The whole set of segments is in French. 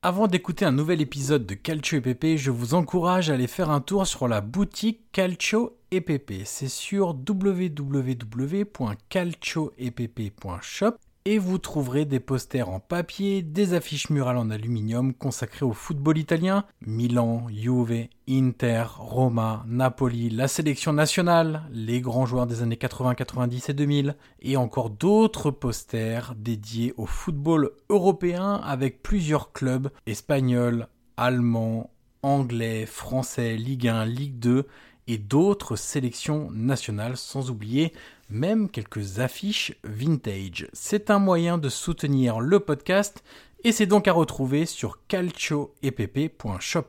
Avant d'écouter un nouvel épisode de Calcio et Pepe, je vous encourage à aller faire un tour sur la boutique Calcio et Pepe. C'est sur www.calcioetpepe.shop et vous trouverez des posters en papier, des affiches murales en aluminium consacrées au football italien, Milan, Juve, Inter, Roma, Napoli, la sélection nationale, les grands joueurs des années 80, 90 et 2000, et encore d'autres posters dédiés au football européen avec plusieurs clubs espagnols, allemands, anglais, français, Ligue 1, Ligue 2 et d'autres sélections nationales, sans oublier même quelques affiches vintage. C'est un moyen de soutenir le podcast et c'est donc à retrouver sur calcioetpepe.shop.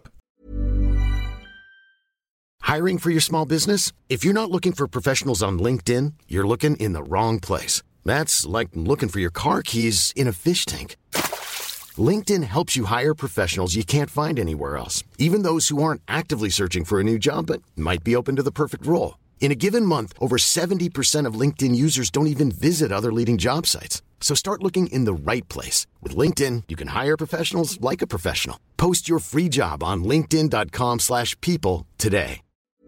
Hiring for your small business? If you're not looking for professionals on LinkedIn, you're looking in the wrong place. That's like looking for your car keys in a fish tank. LinkedIn helps you hire professionals you can't find anywhere else, even those who aren't actively searching for a new job but might be open to the perfect role. In a given month, over 70% of LinkedIn users don't even visit other leading job sites. So start looking in the right place. With LinkedIn, you can hire professionals like a professional. Post your free job on linkedin.com/people today.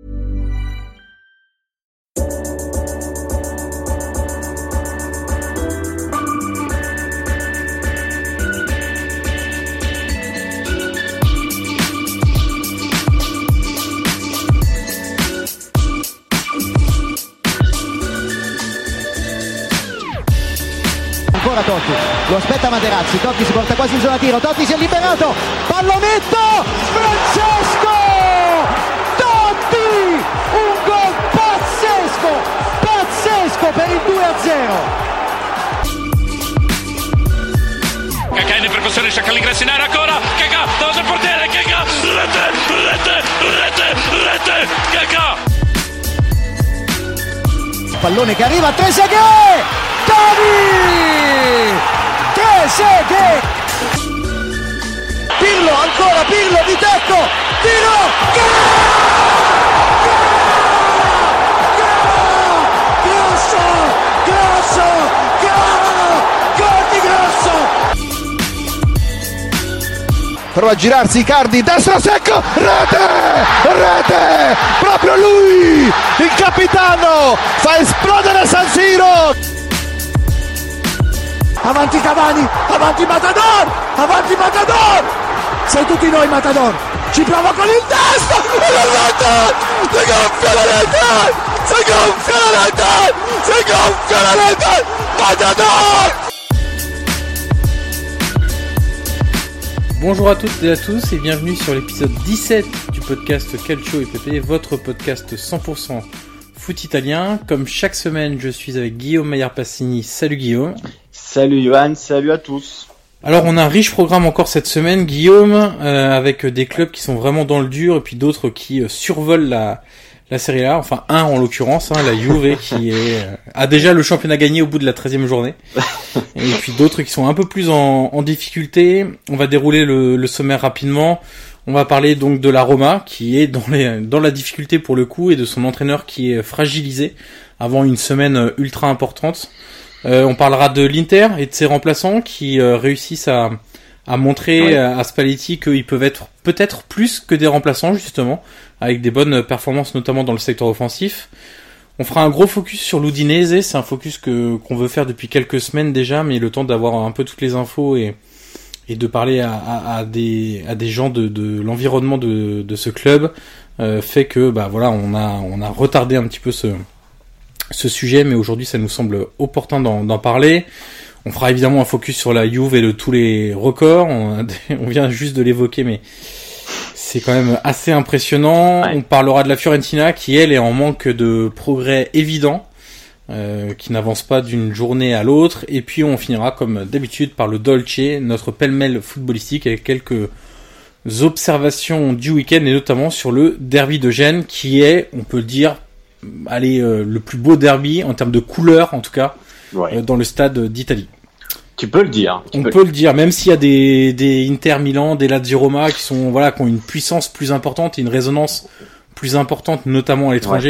Ancora Totti, lo aspetta Materazzi, Totti si porta quasi in zona tiro, Totti si è liberato, pallonetto, Francesco Totti, un gol pazzesco per il 2-0. Kaká in percussione, cerca l'ingresso in area ancora, Kaká, davanti al portiere, Kaká, rete, Kaká. Pallone che arriva, Trezeguet! Trezeguet! Pirlo, ancora Pirlo di tecco, tiro, gol! Grosso, gol di Grosso! Prova a girarsi Icardi, destro secco, rete, proprio lui, il capitano, fa esplodere San Siro. Avanti Cavani, avanti Matador, sei tutti noi Matador, ci prova con il destro, si gonfia la rete, Matador! Bonjour à toutes et à tous et bienvenue sur l'épisode 17 du podcast Calcio et Pepe, votre podcast 100% foot italien. Comme chaque semaine, je suis avec Guillaume Maillard-Passini. Salut Guillaume. Salut Johan, salut à tous. Alors on a un riche programme encore cette semaine, Guillaume, avec des clubs qui sont vraiment dans le dur et puis d'autres qui survolent la Serie A, enfin un en l'occurrence, la Juve qui a déjà le championnat gagné au bout de la 13e journée, et puis d'autres qui sont un peu plus en difficulté. On va dérouler le sommaire rapidement. On va parler donc de la Roma qui est dans la difficulté pour le coup et de son entraîneur qui est fragilisé avant une semaine ultra importante. On parlera de l'Inter et de ses remplaçants qui réussissent à montrer à Spalletti qu'ils peuvent être peut-être plus que des remplaçants justement, avec des bonnes performances notamment dans le secteur offensif. On fera un gros focus sur l'Udinese, c'est un focus qu'on veut faire depuis quelques semaines déjà, mais le temps d'avoir un peu toutes les infos et de parler à des gens de l'environnement de ce club fait que on a retardé un petit peu ce sujet, mais aujourd'hui ça nous semble opportun d'en parler. On fera évidemment un focus sur la Juve et de tous les records. On vient juste de l'évoquer, mais c'est quand même assez impressionnant. Ouais. On parlera de la Fiorentina qui, elle, est en manque de progrès évident, qui n'avance pas d'une journée à l'autre. Et puis on finira, comme d'habitude, par le Dolce, notre pêle-mêle footballistique, avec quelques observations du week-end, et notamment sur le derby de Gênes, qui est, on peut le dire, le plus beau derby, en termes de couleur en tout cas, dans le stade d'Italie. Tu peux le dire. On peut le dire, même s'il y a des Inter Milan, des Lazio Roma qui ont une puissance plus importante et une résonance plus importante, notamment à l'étranger.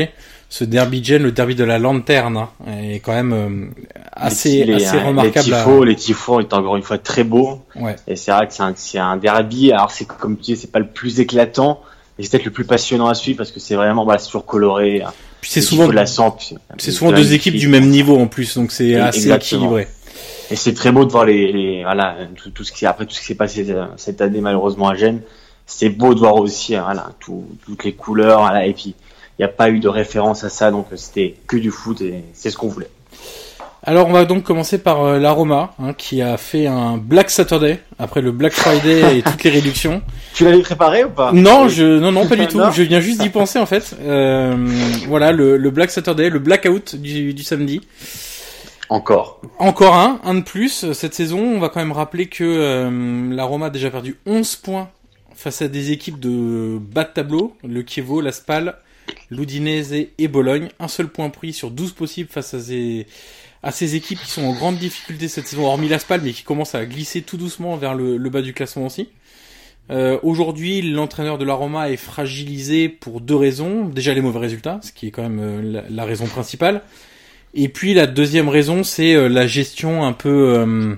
ce derby Gênes, le derby de la lanterne, hein, est quand même assez remarquable. Les tifos est encore une fois très beau. Ouais. Et c'est vrai que c'est un derby. Alors c'est comme tu dis, c'est pas le plus éclatant, mais c'est peut-être le plus passionnant à suivre parce que c'est vraiment c'est toujours coloré. Puis c'est souvent deux équipes du même niveau en plus, donc c'est assez équilibré. Et c'est très beau de voir tout ce qui s'est passé cette année malheureusement à Gênes. C'est beau de voir aussi toutes les couleurs, et puis il n'y a pas eu de référence à ça, donc c'était que du foot et c'est ce qu'on voulait. Alors on va donc commencer par la Roma, qui a fait un Black Saturday après le Black Friday et toutes les réductions. Tu l'avais préparé ou pas? Non, non, pas du tout. Je viens juste d'y penser en fait. Voilà le Black Saturday, le blackout du samedi. Encore un de plus cette saison. On va quand même rappeler que la Roma a déjà perdu 11 points face à des équipes de bas de tableau, le Chievo, la Spal, l'Udinese et Bologne. Un seul point pris sur 12 possibles face à ces équipes qui sont en grande difficulté cette saison, hormis la Spal, mais qui commencent à glisser tout doucement vers le bas du classement aussi. Aujourd'hui, l'entraîneur de la Roma est fragilisé pour 2 raisons. Déjà les mauvais résultats, ce qui est quand même la raison principale. Et puis la deuxième raison, c'est la gestion un peu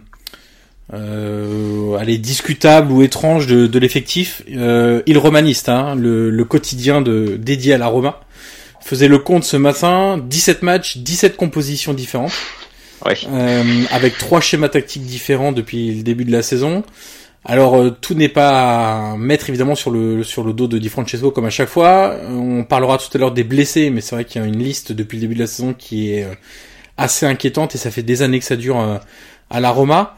discutable ou étrange de l'effectif. Il romaniste, le quotidien dédié à la Roma, faisait le compte ce matin, 17 matchs, 17 compositions différentes, ouais. Avec 3 schémas tactiques différents depuis le début de la saison. Alors tout n'est pas à mettre évidemment sur le dos de Di Francesco comme à chaque fois. On parlera tout à l'heure des blessés, mais c'est vrai qu'il y a une liste depuis le début de la saison qui est assez inquiétante et ça fait des années que ça dure à la Roma.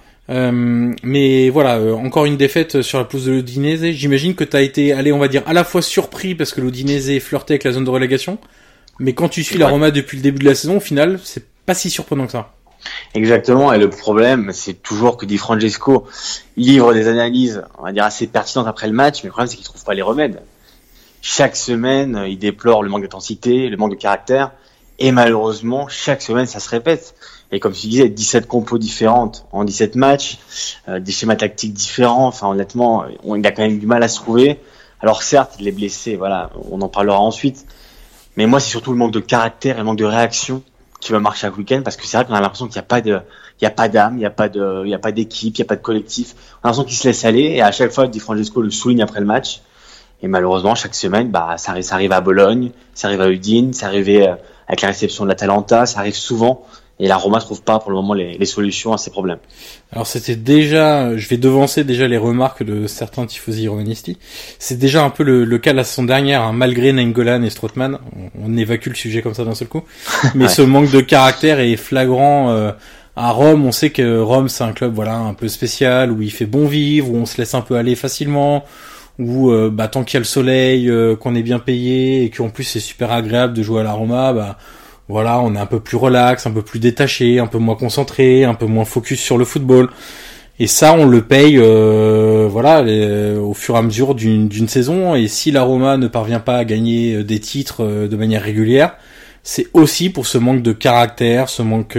Mais voilà, encore une défaite sur la pelouse de l'Udinese. J'imagine que t'as été, on va dire, à la fois surpris parce que l'Udinese flirtait avec la zone de relégation, mais quand tu suis la Roma depuis le début de la saison, au final, c'est pas si surprenant que ça. Exactement, et le problème, c'est toujours que Di Francesco livre des analyses, on va dire, assez pertinentes après le match, mais le problème, c'est qu'il trouve pas les remèdes. Chaque semaine, il déplore le manque d'intensité, le manque de caractère, et malheureusement, chaque semaine, ça se répète. Et comme tu disais, 17 compos différentes en 17 matchs, des schémas tactiques différents, enfin, honnêtement, il a quand même du mal à se trouver. Alors certes, il est blessé, voilà, on en parlera ensuite, mais moi, c'est surtout le manque de caractère et le manque de réaction qui va marcher chaque week-end, parce que c'est vrai qu'on a l'impression qu'il n'y a pas d'âme, il n'y a pas d'équipe, il n'y a pas de collectif. On a l'impression qu'il se laisse aller, et à chaque fois, Di Francesco le souligne après le match. Et malheureusement, chaque semaine, ça arrive à Bologne, ça arrive à Udine, ça arrive avec la réception de l'Atalanta, ça arrive souvent. Et la Roma trouve pas pour le moment les solutions à ces problèmes. Alors c'était déjà, je vais devancer déjà les remarques de certains tifosi romanisti. C'est déjà un peu le cas de la saison dernière, malgré Nainggolan et Strootman. On évacue le sujet comme ça d'un seul coup. Mais ouais. Ce manque de caractère est flagrant à Rome. On sait que Rome c'est un club un peu spécial, où il fait bon vivre, où on se laisse un peu aller facilement, où tant qu'il y a le soleil, qu'on est bien payé et qu'en plus c'est super agréable de jouer à la Roma, voilà, on est un peu plus relax, un peu plus détaché, un peu moins concentré, un peu moins focus sur le football. Et ça, on le paye, au fur et à mesure d'une saison. Et si la Roma ne parvient pas à gagner des titres de manière régulière, c'est aussi pour ce manque de caractère, ce manque,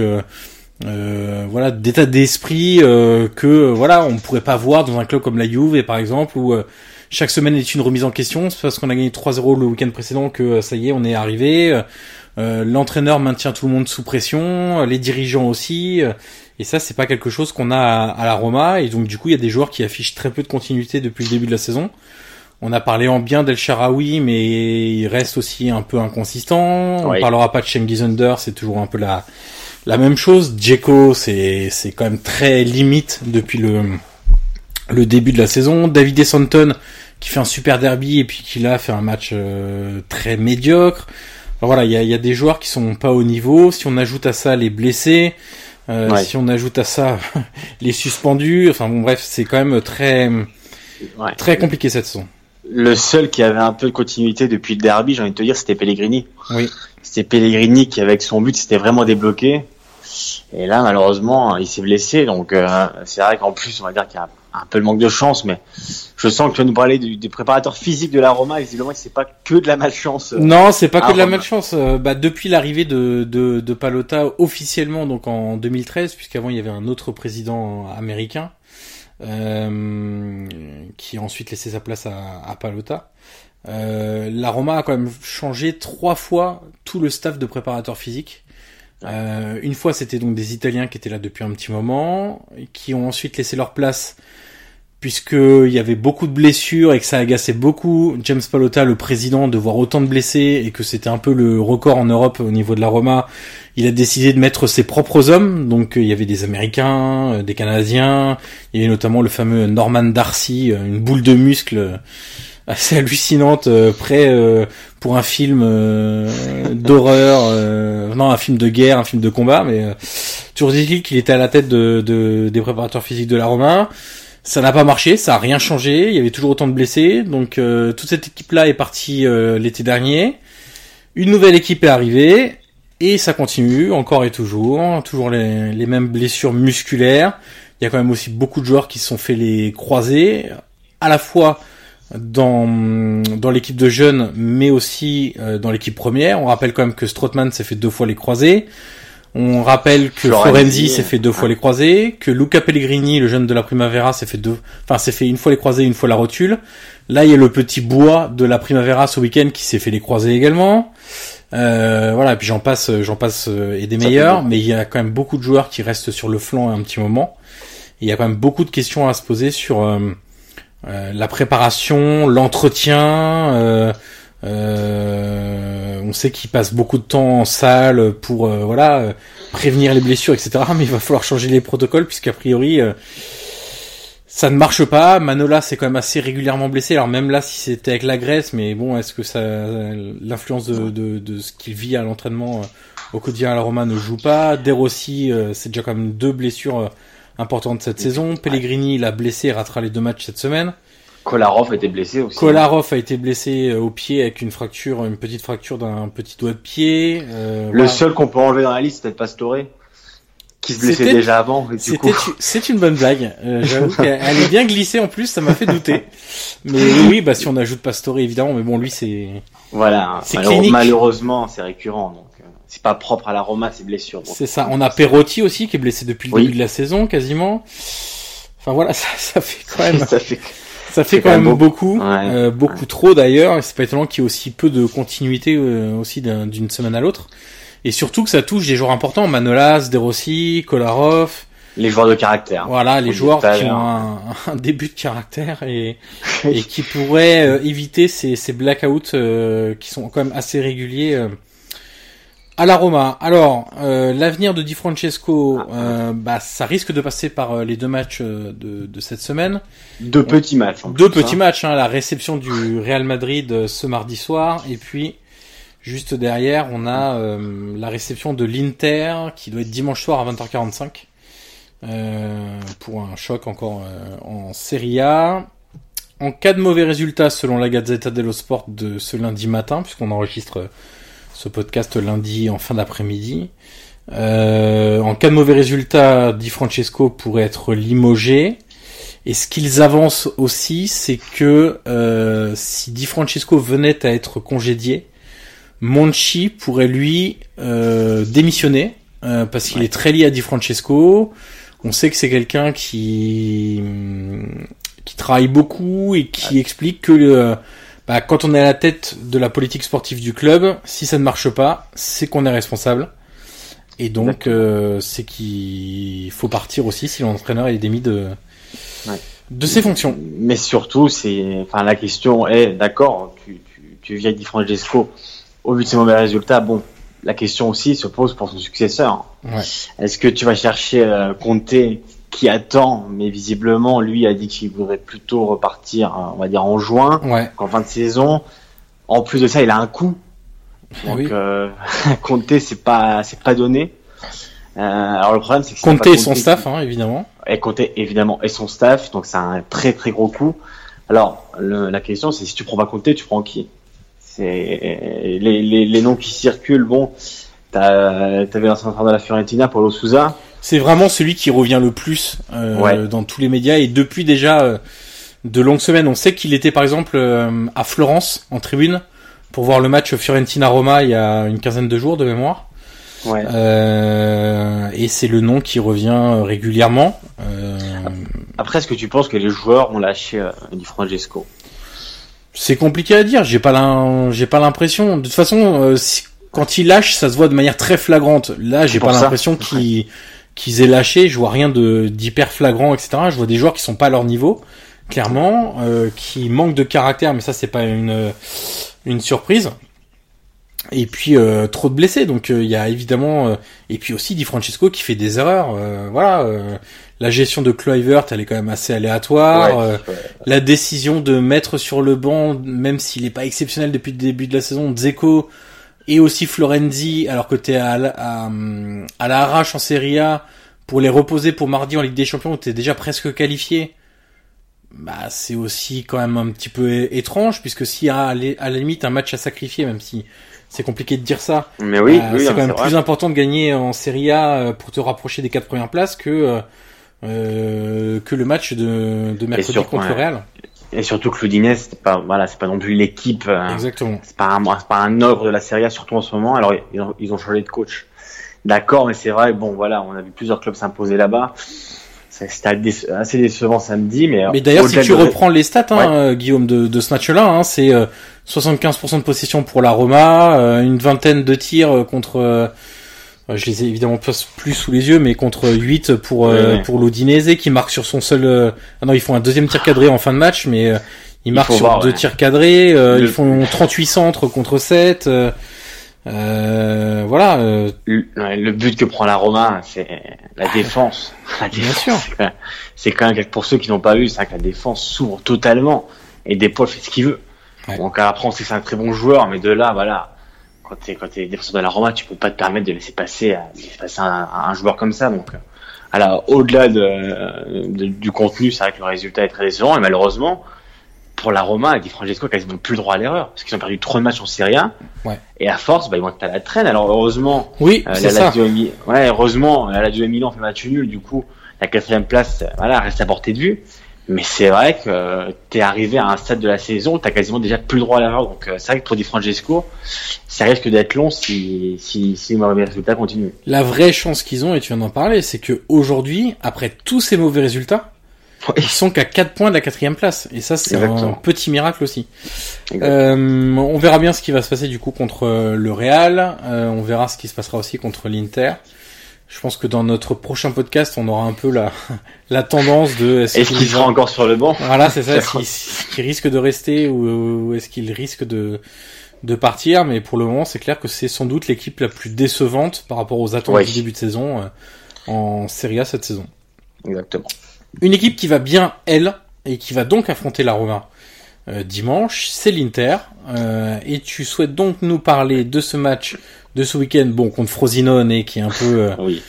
d'état d'esprit on pourrait pas voir dans un club comme la Juve, par exemple, où chaque semaine est une remise en question. C'est parce qu'on a gagné 3-0 le week-end précédent que ça y est, on est arrivé. L'entraîneur maintient tout le monde sous pression, les dirigeants aussi, et ça c'est pas quelque chose qu'on a à la Roma, et donc du coup il y a des joueurs qui affichent très peu de continuité depuis le début de la saison. On a parlé en bien d'El Shaarawy, mais il reste aussi un peu inconsistant. Oui. On parlera pas de Cengiz Ünder, c'est toujours un peu la même chose. Dzeko c'est quand même très limite depuis le début de la saison. David Santon qui fait un super derby et puis qui là fait un match très médiocre. Alors voilà, il y a des joueurs qui sont pas au niveau. Si on ajoute à ça les blessés, si on ajoute à ça les suspendus, enfin bon bref, c'est quand même très compliqué cette saison. Le seul qui avait un peu de continuité depuis le derby, j'ai envie de te dire, c'était Pellegrini. Oui. C'était Pellegrini qui, avec son but, s'était vraiment débloqué. Et là, malheureusement, il s'est blessé. Donc, c'est vrai qu'en plus, on va dire qu'il y a un peu le manque de chance, mais je sens que tu vas nous parler des préparateurs physiques de la Roma. Visiblement, c'est pas que de la malchance. Non, c'est pas que de la malchance. Depuis l'arrivée de Pallotta officiellement, donc en 2013, puisqu'avant il y avait un autre président américain qui a ensuite laissé sa place à Pallotta. la Roma a quand même changé 3 fois tout le staff de préparateurs physiques. Une fois, c'était donc des Italiens qui étaient là depuis un petit moment, qui ont ensuite laissé leur place puisqu'il y avait beaucoup de blessures et que ça agaçait beaucoup James Pallotta, le président, de voir autant de blessés et que c'était un peu le record en Europe au niveau de la Roma. Il a décidé de mettre ses propres hommes, donc il y avait des Américains, des Canadiens, il y avait notamment le fameux Norman Darcy, une boule de muscles assez hallucinante, prêt pour un film d'horreur, non, un film de guerre, un film de combat, mais toujours dit qu'il était à la tête des préparateurs physiques de la Roma. Ça n'a pas marché, ça a rien changé, il y avait toujours autant de blessés, donc toute cette équipe-là est partie l'été dernier. Une nouvelle équipe est arrivée, et ça continue, encore et toujours les mêmes blessures musculaires. Il y a quand même aussi beaucoup de joueurs qui se sont fait les croisés, à la fois dans l'équipe de jeunes, mais aussi dans l'équipe première. On rappelle quand même que Strootman s'est fait 2 fois les croisés. On rappelle que Florenzi s'est fait 2 fois les croisés, que Luca Pellegrini, le jeune de la Primavera, s'est fait 1 fois les croisés, 1 fois la rotule. Là, il y a le petit bois de la Primavera ce week-end qui s'est fait les croisés également. Voilà, et puis j'en passe et des meilleurs, mais il y a quand même beaucoup de joueurs qui restent sur le flanc un petit moment. Et il y a quand même beaucoup de questions à se poser sur la préparation, l'entretien. On sait qu'ils passent beaucoup de temps en salle pour prévenir les blessures, etc. Mais il va falloir changer les protocoles puisqu'a priori ça ne marche pas. Manolas c'est quand même assez régulièrement blessé. Alors même là, si c'était avec la Grèce, mais bon, est-ce que l'influence de ce qu'il vit à l'entraînement au quotidien à la Roma ne joue pas? De Rossi, c'est déjà quand même 2 blessures importantes cette saison. Pellegrini, il a blessé et ratera les 2 matchs cette semaine. Kolarov a été blessé aussi. Kolarov a été blessé au pied avec une petite fracture d'un petit doigt de pied. Le seul qu'on peut enlever dans la liste, c'est peut-être Pastore, qui se blessait déjà avant. C'est une bonne blague. J'avoue qu'elle est bien glissée en plus, ça m'a fait douter. Mais oui, si on ajoute Pastore évidemment, mais bon, lui c'est. Voilà. C'est clinique. Malheureusement, c'est récurrent, donc c'est pas propre à la Roma ces blessures. Donc. C'est ça. On a Perotti aussi qui est blessé depuis le début de la saison quasiment. Enfin voilà, ça fait quand même. Ça fait quand même beaucoup, beaucoup trop d'ailleurs. C'est pas étonnant qu'il y ait aussi peu de continuité aussi d'une semaine à l'autre. Et surtout que ça touche des joueurs importants, Manolas, De Rossi, Kolarov. Les joueurs de caractère. Voilà, les joueurs qui ont un début de caractère et qui pourraient éviter ces blackouts qui sont quand même assez réguliers à la Roma. Alors, l'avenir de Di Francesco, ça risque de passer par les 2 matchs de cette semaine. 2 petits matchs. 2 petits matchs, la réception du Real Madrid ce mardi soir, et puis juste derrière, on a la réception de l'Inter qui doit être dimanche soir à 20h45 pour un choc encore en Serie A. En cas de mauvais résultat, selon la Gazzetta dello Sport de ce lundi matin, puisqu'on enregistre ce podcast lundi en fin d'après-midi. En cas de mauvais résultat, Di Francesco pourrait être limogé. Et ce qu'ils avancent aussi, c'est que si Di Francesco venait à être congédié, Monchi pourrait lui démissionner parce qu'il est très lié à Di Francesco. On sait que c'est quelqu'un qui travaille beaucoup et qui explique que quand on est à la tête de la politique sportive du club, si ça ne marche pas, c'est qu'on est responsable. Et donc, c'est qu'il faut partir aussi si l'entraîneur est démis de ses fonctions. Mais surtout, la question est, d'accord, tu viens Di Francesco au vu de ses mauvais résultats, bon, la question aussi se pose pour son successeur. Ouais. Est-ce que tu vas chercher Conte qui attend, mais visiblement, lui a dit qu'il voudrait plutôt repartir, on va dire, en juin, qu'en fin de saison. En plus de ça, il a un coût. Donc, Conte, c'est pas donné. Alors, le problème, c'est que Conte et son staff, évidemment. Et Conte, évidemment, et son staff. Donc, c'est un très, très gros coût. Alors, la question, c'est si tu prends pas Conte, tu prends qui? C'est les noms qui circulent. Bon, t'avais l'ancien entraîneur de la Fiorentina, Paulo Sousa. C'est vraiment celui qui revient le plus dans tous les médias, et depuis déjà de longues semaines. On sait qu'il était par exemple à Florence en tribune pour voir le match Fiorentina-Roma il y a une quinzaine de jours de mémoire. Et c'est le nom qui revient régulièrement. Après, est-ce que tu penses que les joueurs ont lâché Di Francesco? C'est compliqué à dire. J'ai pas l'impression. De toute façon, quand ils lâchent, ça se voit de manière très flagrante. Là, j'ai pas l'impression qu'ils aient lâché. Je vois rien d'hyper flagrant, etc. Je vois des joueurs qui sont pas à leur niveau, clairement, qui manquent de caractère. Mais ça, c'est pas une surprise. Et puis trop de blessés, donc il y a évidemment et puis aussi Di Francesco qui fait des erreurs. La gestion de Kluivert, elle est quand même assez aléatoire. La décision de mettre sur le banc, même s'il est pas exceptionnel depuis le début de la saison, Dzeko et aussi Florenzi, alors que t'es à la arrache en Serie A pour les reposer pour mardi en Ligue des Champions, où t'es déjà presque qualifié. Bah c'est aussi quand même un petit peu étrange, puisque s'il y a à la limite un match à sacrifier, même si c'est compliqué de dire ça. Mais oui, c'est quand même plus important de gagner en Serie A pour te rapprocher des 4 premières places que le match de mercredi contre le Real. Et surtout que l'Udinese, c'est pas non plus l'équipe. Exactement. C'est pas un ogre de la Serie A, surtout en ce moment. Alors ils ont changé de coach. D'accord, mais c'est vrai. Bon, voilà, on a vu plusieurs clubs s'imposer là-bas. C'était assez décevant samedi, mais d'ailleurs, si tu reprends les stats, Guillaume, de ce match-là, c'est 75% de possession pour la Roma, une vingtaine de tirs contre, je les ai évidemment plus sous les yeux, mais contre 8 pour l'Udinese, qui marque sur son seul, ils font un deuxième tir cadré en fin de match, mais ils marquent sur 2 tirs cadrés, ils font 38 centres contre 7, le but que prend la Roma, c'est la défense. Bien sûr. C'est quand même, pour ceux qui n'ont pas vu, c'est vrai que la défense s'ouvre totalement et Depol fait ce qu'il veut. Ouais. Donc après on sait que c'est un très bon joueur, mais de là, voilà, quand t'es défenseur de la Roma, tu peux pas te permettre de laisser passer un joueur comme ça. Donc au-delà du contenu, c'est vrai que le résultat est très décevant et malheureusement pour la Roma, Di Francesco a quasiment plus le droit à l'erreur parce qu'ils ont perdu trop de matchs en Serie A. Ouais. Et à force, ils vont être à la traîne. Alors heureusement, c'est ça. Heureusement, la Lazio Milan fait match nul. Du coup, la 4e place, reste à portée de vue. Mais c'est vrai que t'es arrivé à un stade de la saison où t'as quasiment déjà plus le droit à l'erreur. Donc c'est vrai que pour Di Francesco, ça risque d'être long si les mauvais résultats continuent. La vraie chance qu'ils ont, et tu viens d'en parler, c'est que aujourd'hui, après tous ces mauvais résultats, ils sont qu'à 4 points de la 4e place. Et ça, c'est un petit miracle aussi. On verra bien ce qui va se passer du coup contre le Real. On verra ce qui se passera aussi contre l'Inter. Je pense que dans notre prochain podcast, on aura un peu la tendance de... Est-ce qu'il sera encore sur le banc? Voilà, c'est ça. Est-ce qu'il risque de rester ou est-ce qu'il risque de partir? Mais pour le moment, c'est clair que c'est sans doute l'équipe la plus décevante par rapport aux attentes du début de saison en Serie A cette saison. Exactement. Une équipe qui va bien, elle, et qui va donc affronter la Roma dimanche, c'est l'Inter. Et tu souhaites donc nous parler de ce match de ce week-end, contre Frosinone, qui est un peu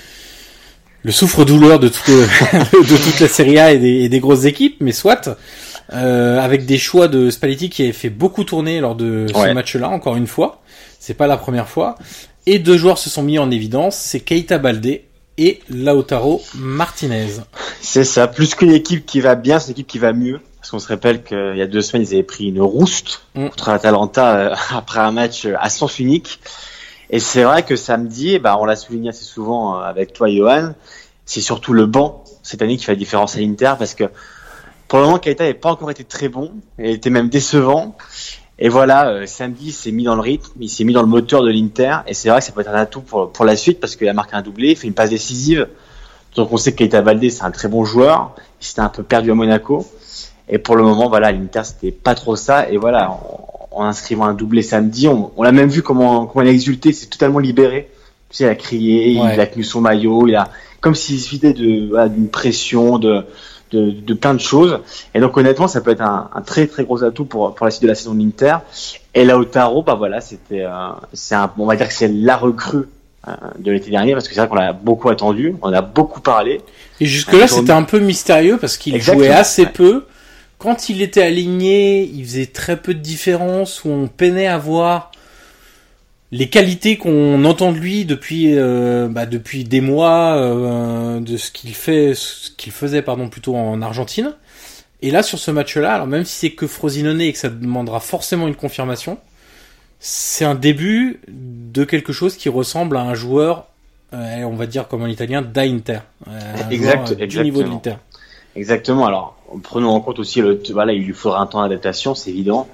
le souffre-douleur de toute la Serie A et des grosses équipes, mais soit, avec des choix de Spalletti qui avait fait beaucoup tourner lors de ce match-là, encore une fois. C'est pas la première fois. Et 2 joueurs se sont mis en évidence, c'est Keita Baldé et Lautaro Martinez. C'est ça, plus qu'une équipe qui va bien, c'est une équipe qui va mieux. Parce qu'on se rappelle qu'il y a 2 semaines, ils avaient pris une rouste contre l'Atalanta après un match à sens unique. Et c'est vrai que samedi, on l'a souligné assez souvent avec toi, Johan, c'est surtout le banc cette année qui fait la différence à l'Inter, parce que pour le moment, Keita n'avait pas encore été très bon, il était même décevant. Et voilà, samedi, il s'est mis dans le rythme, il s'est mis dans le moteur de l'Inter, et c'est vrai que ça peut être un atout pour la suite, parce qu'il a marqué un doublé, il fait une passe décisive. Donc on sait que Keita Baldé, c'est un très bon joueur, il s'était un peu perdu à Monaco. Et pour le moment, l'Inter, c'était pas trop ça. Et voilà, en inscrivant un doublé samedi, on l'a même vu comment il a exulté, c'est totalement libéré. Tu sais, il a crié, il a tenu son maillot, comme s'il se vidait d'une pression, de plein de choses. Et donc honnêtement, ça peut être un très très gros atout pour la suite de la saison de l'Inter. Et Lautaro, on va dire que c'est la recrue de l'été dernier, parce que c'est vrai qu'on l'a beaucoup attendu, on a beaucoup parlé. Et jusque-là, c'était un peu mystérieux parce qu'il jouait assez peu. Quand il était aligné, il faisait très peu de différence, où on peinait à voir les qualités qu'on entend de lui depuis des mois, de ce qu'il faisait plutôt en Argentine. Et là, sur ce match-là, alors même si c'est que Frosinone et que ça demandera forcément une confirmation, c'est un début de quelque chose qui ressemble à un joueur, on va dire comme en italien, d'Inter. Du niveau de l'Inter. Exactement. Alors, prenons en compte aussi il lui faudra un temps d'adaptation, c'est évident.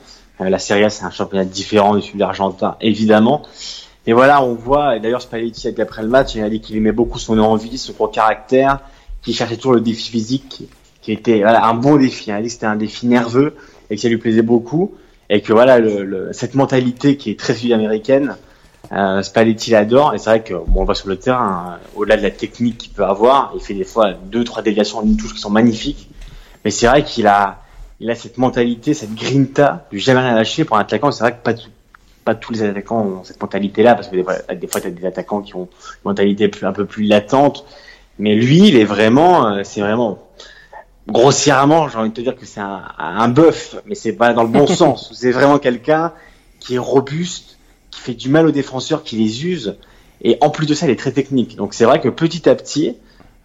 La Serie A, c'est un championnat différent du celui argentin, évidemment. Et voilà, on voit, et d'ailleurs Spalletti, après le match, il a dit qu'il aimait beaucoup son envie, son gros caractère, qu'il cherchait toujours le défi physique, qui était un bon défi. Il a dit que c'était un défi nerveux et que ça lui plaisait beaucoup. Et que voilà, cette mentalité qui est très sud-américaine, Spalletti l'adore. Et c'est vrai que on le voit sur le terrain, au-delà de la technique qu'il peut avoir, il fait des fois 2-3 déviations en une touche qui sont magnifiques. Mais c'est vrai qu'il a cette mentalité, cette grinta, du jamais rien lâcher pour un attaquant. C'est vrai que pas tous les attaquants ont cette mentalité-là, parce que des fois t'as des attaquants qui ont une mentalité un peu plus latente. Mais lui, il est vraiment, c'est vraiment, grossièrement, j'ai envie de te dire que c'est un bœuf, mais c'est pas dans le bon sens. C'est vraiment quelqu'un qui est robuste, qui fait du mal aux défenseurs, qui les use, et en plus de ça, il est très technique. Donc c'est vrai que petit à petit,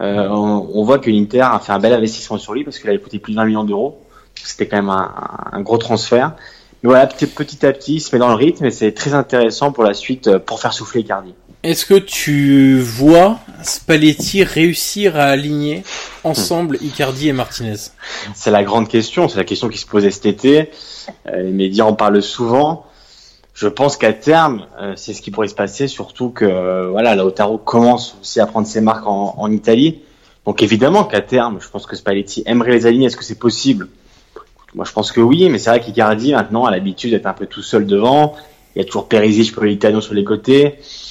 on voit que l'Inter a fait un bel investissement sur lui, parce qu'il avait coûté plus de 20 millions d'euros. C'était quand même un gros transfert. Mais voilà, petit à petit, il se met dans le rythme, et c'est très intéressant pour la suite, pour faire souffler Icardi. Est-ce que tu vois Spalletti réussir à aligner ensemble Icardi et Martinez? C'est la grande question, c'est la question qui se posait cet été. Les médias en parlent souvent. Je pense qu'à terme, c'est ce qui pourrait se passer, surtout que voilà, Lautaro commence aussi à prendre ses marques en Italie. Donc évidemment qu'à terme, je pense que Spalletti aimerait les aligner. Est-ce que c'est possible? Moi, je pense que oui, mais c'est vrai qu'Icardi maintenant a l'habitude d'être un peu tout seul devant. Il y a toujours Perisic, Politano sur les côtés.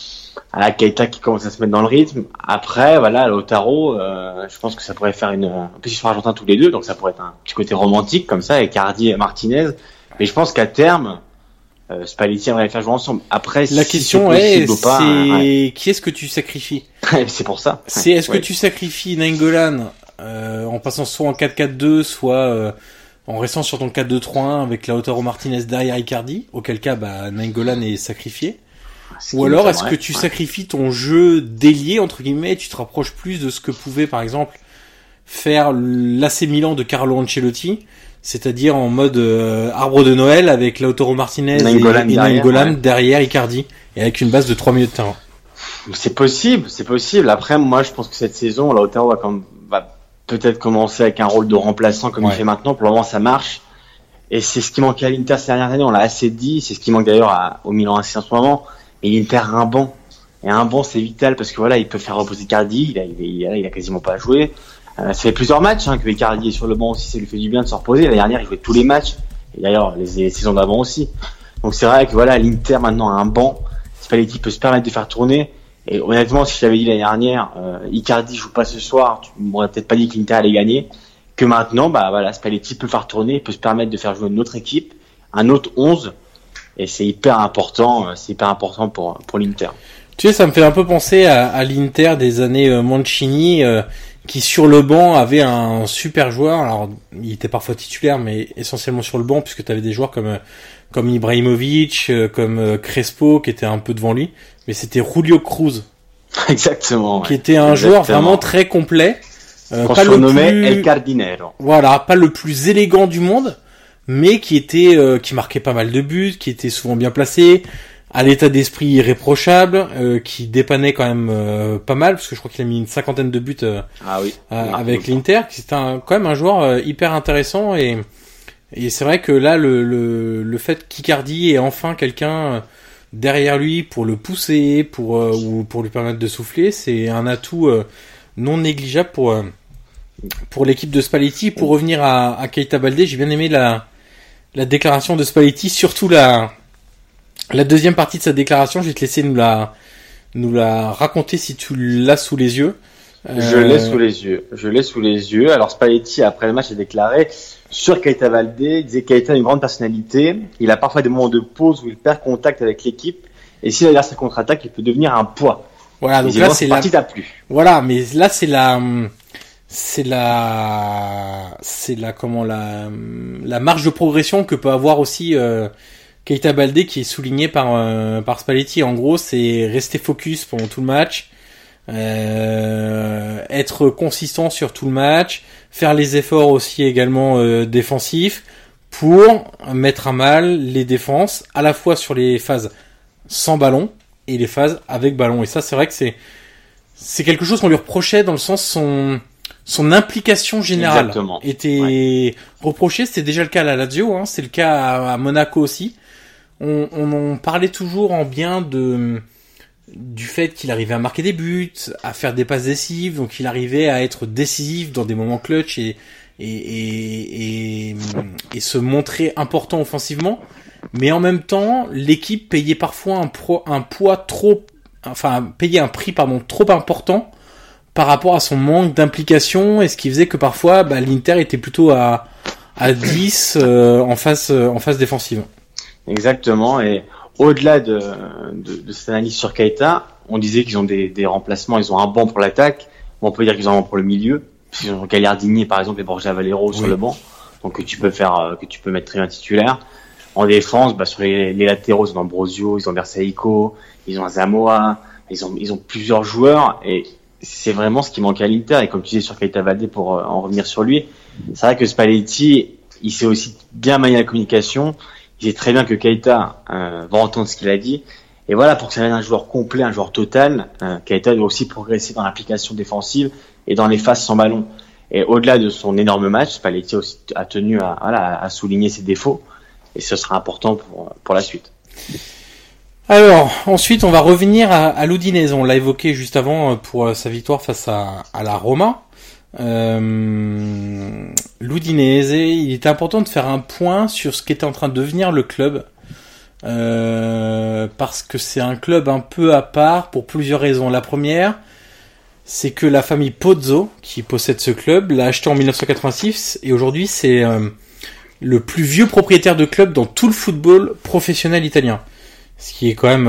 À Keita qui commence à se mettre dans le rythme. Après, voilà, Lautaro, je pense que ça pourrait faire en plus, ils sont argentins tous les deux, donc ça pourrait être un petit côté romantique comme ça, avec Icardi et Martinez. Mais je pense qu'à terme, Spalletti aimerait les faire jouer ensemble. Après, la question est, pas, qui est-ce que tu sacrifies? C'est pour ça. Est-ce que tu sacrifies Nainggolan en passant soit en 4-4-2, soit en restant sur ton 4-2-3-1 avec Lautaro Martinez derrière Icardi, auquel cas Nainggolan est sacrifié? Ou alors est-ce que tu sacrifies ton jeu d'ailier entre guillemets, et tu te rapproches plus de ce que pouvait par exemple faire l'AC Milan de Carlo Ancelotti, c'est-à-dire en mode arbre de Noël avec Lautaro Martinez et Nainggolan derrière Icardi, et avec une base de 3 milieux de terrain? C'est possible. Après, moi, je pense que cette saison, Lautaro va peut-être commencer avec un rôle de remplaçant comme il fait maintenant. Pour le moment, ça marche. Et c'est ce qui manquait à l'Inter ces dernières années, on l'a assez dit. C'est ce qui manque d'ailleurs au Milan AC en ce moment. Et l'Inter a un banc. Et un banc, c'est vital parce que voilà, il peut faire reposer Icardi. Il a quasiment pas joué. Ça fait plusieurs matchs que Icardi est sur le banc aussi. Ça lui fait du bien de se reposer. L'année dernière, il jouait tous les matchs. Et d'ailleurs, les saisons d'avant aussi. Donc c'est vrai que voilà, l'Inter maintenant a un banc. Spalletti peut se permettre de faire tourner. Et honnêtement, si je t'avais dit l'année dernière, Icardi joue pas ce soir, tu m'aurais peut-être pas dit que l'Inter allait gagner. Que maintenant, voilà, Spalletti peut faire tourner, peut se permettre de faire jouer une autre équipe, un autre 11. Et c'est hyper important pour l'Inter. Tu sais, ça me fait un peu penser à l'Inter des années Mancini, qui sur le banc avait un super joueur. Alors, il était parfois titulaire, mais essentiellement sur le banc, puisque tu avais des joueurs comme Ibrahimovic, comme Crespo, qui était un peu devant lui. Mais c'était Julio Cruz. Exactement. Qui était un joueur vraiment très complet. Qu'on surnommait El Cardinero. Voilà, pas le plus élégant du monde, mais qui marquait pas mal de buts, qui était souvent bien placé, à l'état d'esprit irréprochable, qui dépannait quand même pas mal, parce que je crois qu'il a mis une 50aine de buts avec l'Inter. C'était quand même un joueur hyper intéressant, et c'est vrai que là le fait qu'Icardi ait enfin quelqu'un derrière lui pour le pousser, ou pour lui permettre de souffler, c'est un atout non négligeable pour l'équipe de Spalletti. Pour revenir à Keita Baldé, j'ai bien aimé la déclaration de Spalletti, surtout la deuxième partie de sa déclaration. Je vais te laisser nous la raconter si tu l'as sous les yeux. Je l'ai sous les yeux. Alors Spalletti, après le match, a déclaré sur Keita Baldé, il disait que Keita a une grande personnalité, il a parfois des moments de pause où il perd contact avec l'équipe, et s'il a sa contre-attaque, il peut devenir un poids. Voilà, donc là c'est partie t'a plu. Voilà, mais là c'est la marge de progression que peut avoir aussi Keita Baldé, qui est souligné par Spalletti. En gros, c'est rester focus pendant tout le match, être consistant sur tout le match, faire les efforts aussi également défensifs pour mettre à mal les défenses, à la fois sur les phases sans ballon et les phases avec ballon. Et ça, c'est vrai que c'est quelque chose qu'on lui reprochait, dans le sens son implication générale était ouais. reprochée. C'était déjà le cas à la Lazio, hein, c'est le cas à Monaco aussi. On parlait toujours en bien du fait qu'il arrivait à marquer des buts, à faire des passes décisives, donc il arrivait à être décisif dans des moments clutch et se montrer important offensivement. Mais en même temps, l'équipe payait parfois payait un prix trop important par rapport à son manque d'implication, et ce qui faisait que parfois l'Inter était plutôt à 10 en phase défensive. Exactement, et au-delà de cette analyse sur Keita, on disait qu'ils ont des remplacements, ils ont un banc pour l'attaque, on peut dire qu'ils ont un banc pour le milieu, ils ont Gagliardini par exemple et Borja Valero sur le banc, donc que tu peux mettre très bien titulaire. En défense, sur les latéraux, ils ont Ambrosio, ils ont Bersaïco, ils ont Zamoa, ils ont plusieurs joueurs, et c'est vraiment ce qui manque à l'Inter. Et comme tu disais sur Keita Balde, pour en revenir sur lui, c'est vrai que Spalletti, il sait aussi bien manier la communication. Il sait très bien que Keita va entendre ce qu'il a dit. Et voilà, pour que ça devienne un joueur complet, un joueur total, Keita doit aussi progresser dans l'application défensive et dans les phases sans ballon. Et au-delà de son énorme match, Spalletti aussi a tenu à souligner ses défauts. Et ce sera important pour la suite. Alors, ensuite, on va revenir à l'Udinese. On l'a évoqué juste avant pour sa victoire face à la Roma. L'Udinese, il était important de faire un point sur ce qu'était en train de devenir le club. Parce que c'est un club un peu à part pour plusieurs raisons. La première, c'est que la famille Pozzo, qui possède ce club, l'a acheté en 1986 et aujourd'hui c'est le plus vieux propriétaire de club dans tout le football professionnel italien. Ce qui est quand même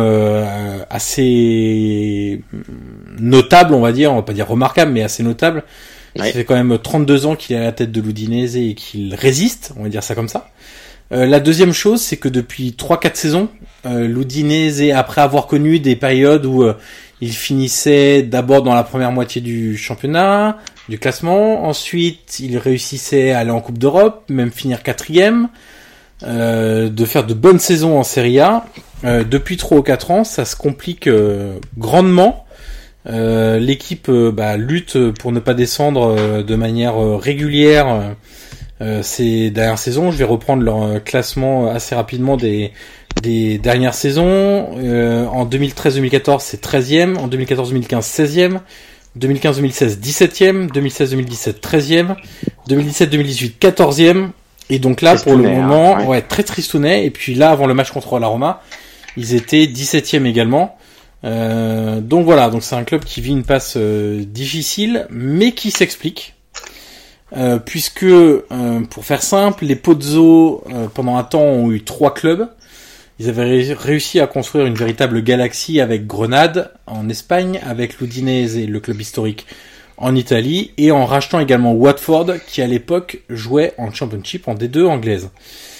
assez notable, on va pas dire remarquable, mais assez notable. Ouais. Ça fait quand même 32 ans qu'il est à la tête de l'Udinese et qu'il résiste, on va dire ça comme ça. La deuxième chose, c'est que depuis 3-4 saisons, l'Udinese, après avoir connu des périodes où il finissait d'abord dans la première moitié du championnat, du classement, ensuite il réussissait à aller en Coupe d'Europe, même finir 4e, de faire de bonnes saisons en Serie A. Depuis 3 ou 4 ans, ça se complique grandement. L'équipe lutte pour ne pas descendre de manière régulière ces dernières saisons. Je vais reprendre leur classement assez rapidement des dernières saisons. En 2013-2014, c'est 13e. En 2014-2015, 16e. 2015-2016, 17e. 2016-2017, 13e. 2017-2018, 14e. Et donc là, pour le moment, très tristounet. Et puis là, avant le match contre la Roma, ils étaient 17e également. Donc voilà, donc c'est un club qui vit une passe difficile, mais qui s'explique. Puisque, pour faire simple, les Pozzo, pendant un temps, ont eu 3 clubs. Ils avaient réussi à construire une véritable galaxie avec Grenade en Espagne, avec l'Udinese, le club historique, en Italie, et en rachetant également Watford, qui à l'époque jouait en Championship, en D2 anglaise.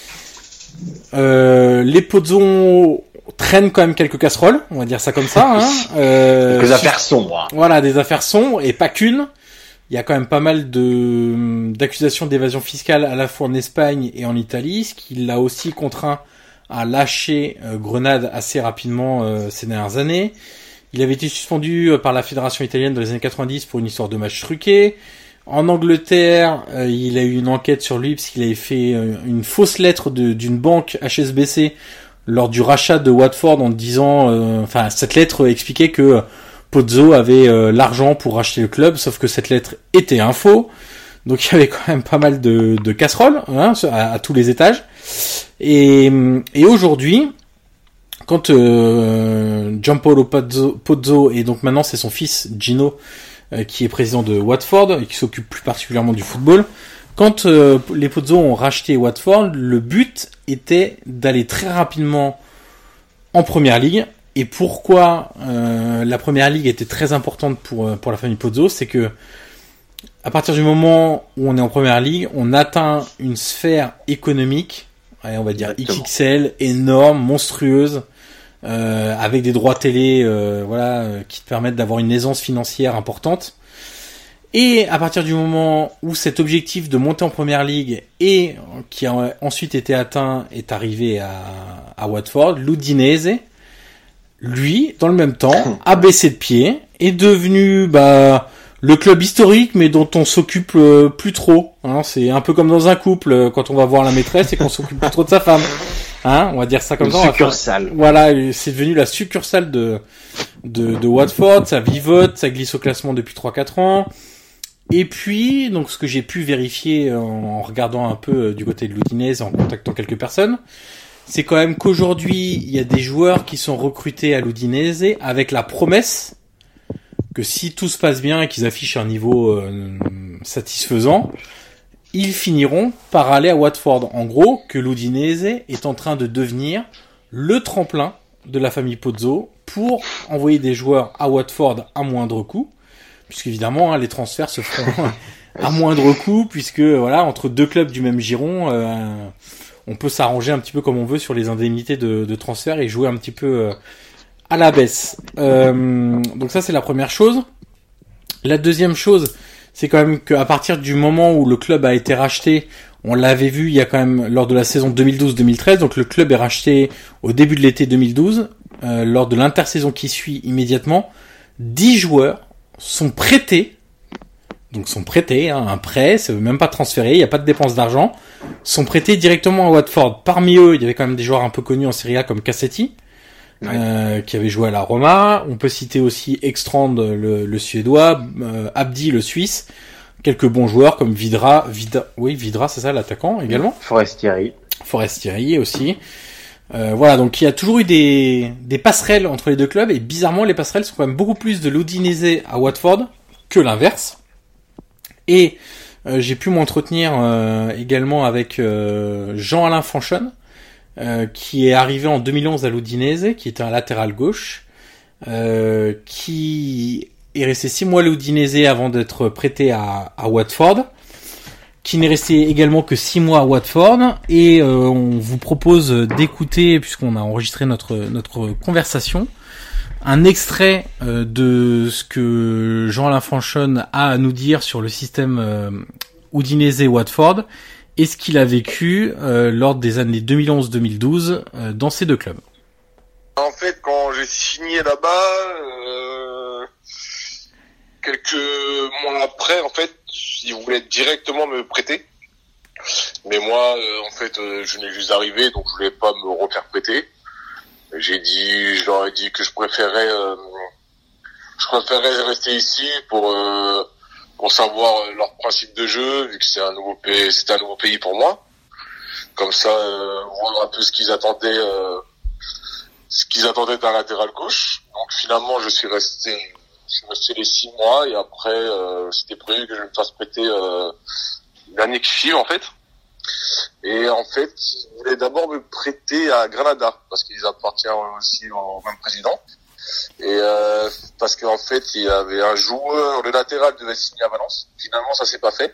Les Pozzo traînent quand même quelques casseroles, on va dire ça comme ça. Quelques affaires sombres. Voilà, des affaires sombres, et pas qu'une. Il y a quand même pas mal d'accusations d'évasion fiscale à la fois en Espagne et en Italie, ce qui l'a aussi contraint à lâcher Grenade assez rapidement ces dernières années. Il avait été suspendu par la fédération italienne dans les années 90 pour une histoire de match truqué. En Angleterre, il a eu une enquête sur lui parce qu'il avait fait une fausse lettre d'une banque HSBC lors du rachat de Watford en disant... cette lettre expliquait que Pozzo avait l'argent pour racheter le club, sauf que cette lettre était un faux. Donc il y avait quand même pas mal de casseroles à tous les étages. Et aujourd'hui, quand Gianpaolo Pozzo, et donc maintenant c'est son fils Gino qui est président de Watford et qui s'occupe plus particulièrement du football, quand les Pozzo ont racheté Watford, le but était d'aller très rapidement en Première Ligue. Et pourquoi la Première Ligue était très importante pour la famille Pozzo, c'est que à partir du moment où on est en Première Ligue, on atteint une sphère économique, on va dire XXL, énorme, monstrueuse, avec des droits télé, qui te permettent d'avoir une aisance financière importante. Et à partir du moment où cet objectif de monter en Première Ligue et qui a ensuite été atteint est arrivé à Watford, l'Udinese, lui, dans le même temps, a baissé de pied, est devenu le club historique, mais dont on s'occupe plus trop. Hein. C'est un peu comme dans un couple, quand on va voir la maîtresse et qu'on s'occupe plus trop de sa femme. Hein, on va dire ça comme ça. Succursale. Voilà, c'est devenu la succursale de Watford. Ça vivote, ça glisse au classement depuis 3-4 ans. Et puis, donc, ce que j'ai pu vérifier en regardant un peu du côté de l'Udinese, en contactant quelques personnes, c'est quand même qu'aujourd'hui, il y a des joueurs qui sont recrutés à l'Udinese avec la promesse que si tout se passe bien et qu'ils affichent un niveau satisfaisant, ils finiront par aller à Watford. En gros, que l'Udinese est en train de devenir le tremplin de la famille Pozzo pour envoyer des joueurs à Watford à moindre coût, puisqu'évidemment, les transferts se feront à moindre coût, puisque voilà, entre deux clubs du même giron, on peut s'arranger un petit peu comme on veut sur les indemnités de transfert et jouer un petit peu à la baisse. Donc ça, c'est la première chose. La deuxième chose, c'est quand même qu'à partir du moment où le club a été racheté, on l'avait vu il y a quand même lors de la saison 2012-2013, donc le club est racheté au début de l'été 2012, lors de l'intersaison qui suit immédiatement, 10 joueurs sont prêtés, donc sont prêtés, un prêt, c'est même pas transféré, il n'y a pas de dépense d'argent, sont prêtés directement à Watford. Parmi eux, il y avait quand même des joueurs un peu connus en Serie A comme Cassetti, qui avait joué à la Roma. On peut citer aussi Ekstrand, le Suédois, Abdi, le Suisse, quelques bons joueurs comme Vidra, c'est ça, l'attaquant également. Forestieri aussi. Voilà, donc il y a toujours eu des passerelles entre les deux clubs, et bizarrement les passerelles sont quand même beaucoup plus de l'Udinese à Watford que l'inverse. Et j'ai pu m'entretenir également avec Jean-Alain Fanchon, qui est arrivé en 2011 à l'Udinese, qui était un latéral gauche, qui est resté 6 mois à l'Udinese avant d'être prêté à Watford, qui n'est resté également que 6 mois à Watford, et on vous propose d'écouter, puisqu'on a enregistré notre conversation, un extrait de ce que Jean-Alain Fanchon a à nous dire sur le système Udinese-Watford, et ce qu'il a vécu lors des années 2011-2012 dans ces deux clubs. En fait, quand j'ai signé là-bas, quelques mois après, en fait, ils voulaient directement me prêter. Mais moi, en fait, je venais juste d'arriver, donc je voulais pas me refaire prêter. Je leur ai dit que je préférais rester ici pour savoir leur principe de jeu, vu que c'était un nouveau pays pour moi. Comme ça, voir un peu ce qu'ils attendaient d'un latéral gauche. Donc finalement, je suis resté les 6 mois, et après, c'était prévu que je me fasse prêter l'année qui suit, en fait. Et en fait, ils voulaient d'abord me prêter à Granada, parce qu'ils appartiennent aussi au même président. Et parce qu'en fait, il y avait un joueur, le latéral devait signer à Valence. Finalement, ça s'est pas fait.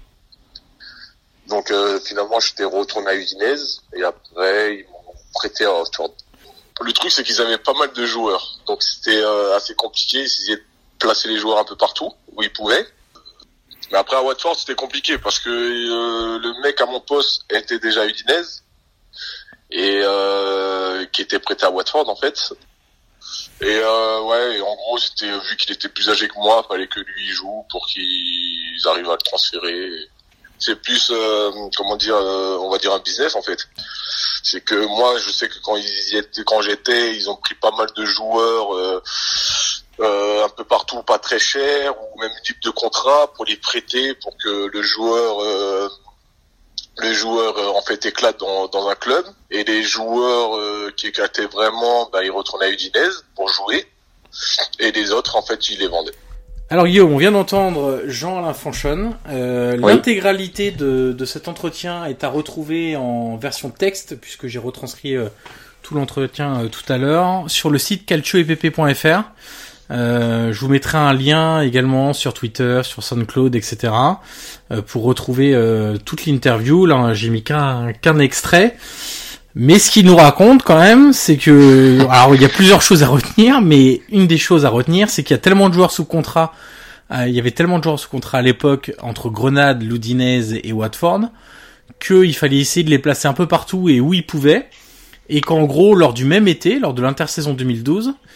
Donc finalement, j'étais retourné à Udinese, et après, ils m'ont prêté à Watford. Le truc, c'est qu'ils avaient pas mal de joueurs, donc c'était assez compliqué. Ils essayaient de placer les joueurs un peu partout où ils pouvaient. Mais après, à Watford, c'était compliqué parce que le mec à mon poste était déjà à Udinese, et qui était prêté à Watford, en fait. Et et en gros, c'était, vu qu'il était plus âgé que moi, fallait que lui joue pour qu'ils arrivent à le transférer. C'est plus, on va dire un business, en fait. C'est que moi, je sais que quand j'étais, ils ont pris pas mal de joueurs un peu partout, pas très cher, ou même type de contrat pour les prêter, pour que le joueur en fait éclate dans un club, et les joueurs qui éclataient vraiment, ils retournaient à Udinese pour jouer, et les autres, en fait, ils les vendaient. Alors Guillaume, on vient d'entendre Jean-Alain Fanchon. L'intégralité de cet entretien est à retrouver en version texte, puisque j'ai retranscrit tout l'entretien tout à l'heure sur le site calcioepp.fr. Je vous mettrai un lien également sur Twitter, sur SoundCloud, etc. Pour retrouver toute l'interview. Là, j'ai mis qu'un extrait. Mais ce qu'il nous raconte quand même, c'est que, alors il y a plusieurs choses à retenir, mais une des choses à retenir, c'est qu'il y a tellement de joueurs sous contrat, il y avait tellement de joueurs sous contrat à l'époque entre Grenade, l'Udinese et Watford, qu'il fallait essayer de les placer un peu partout et où ils pouvaient, et qu'en gros, lors du même été, lors de l'intersaison 2012,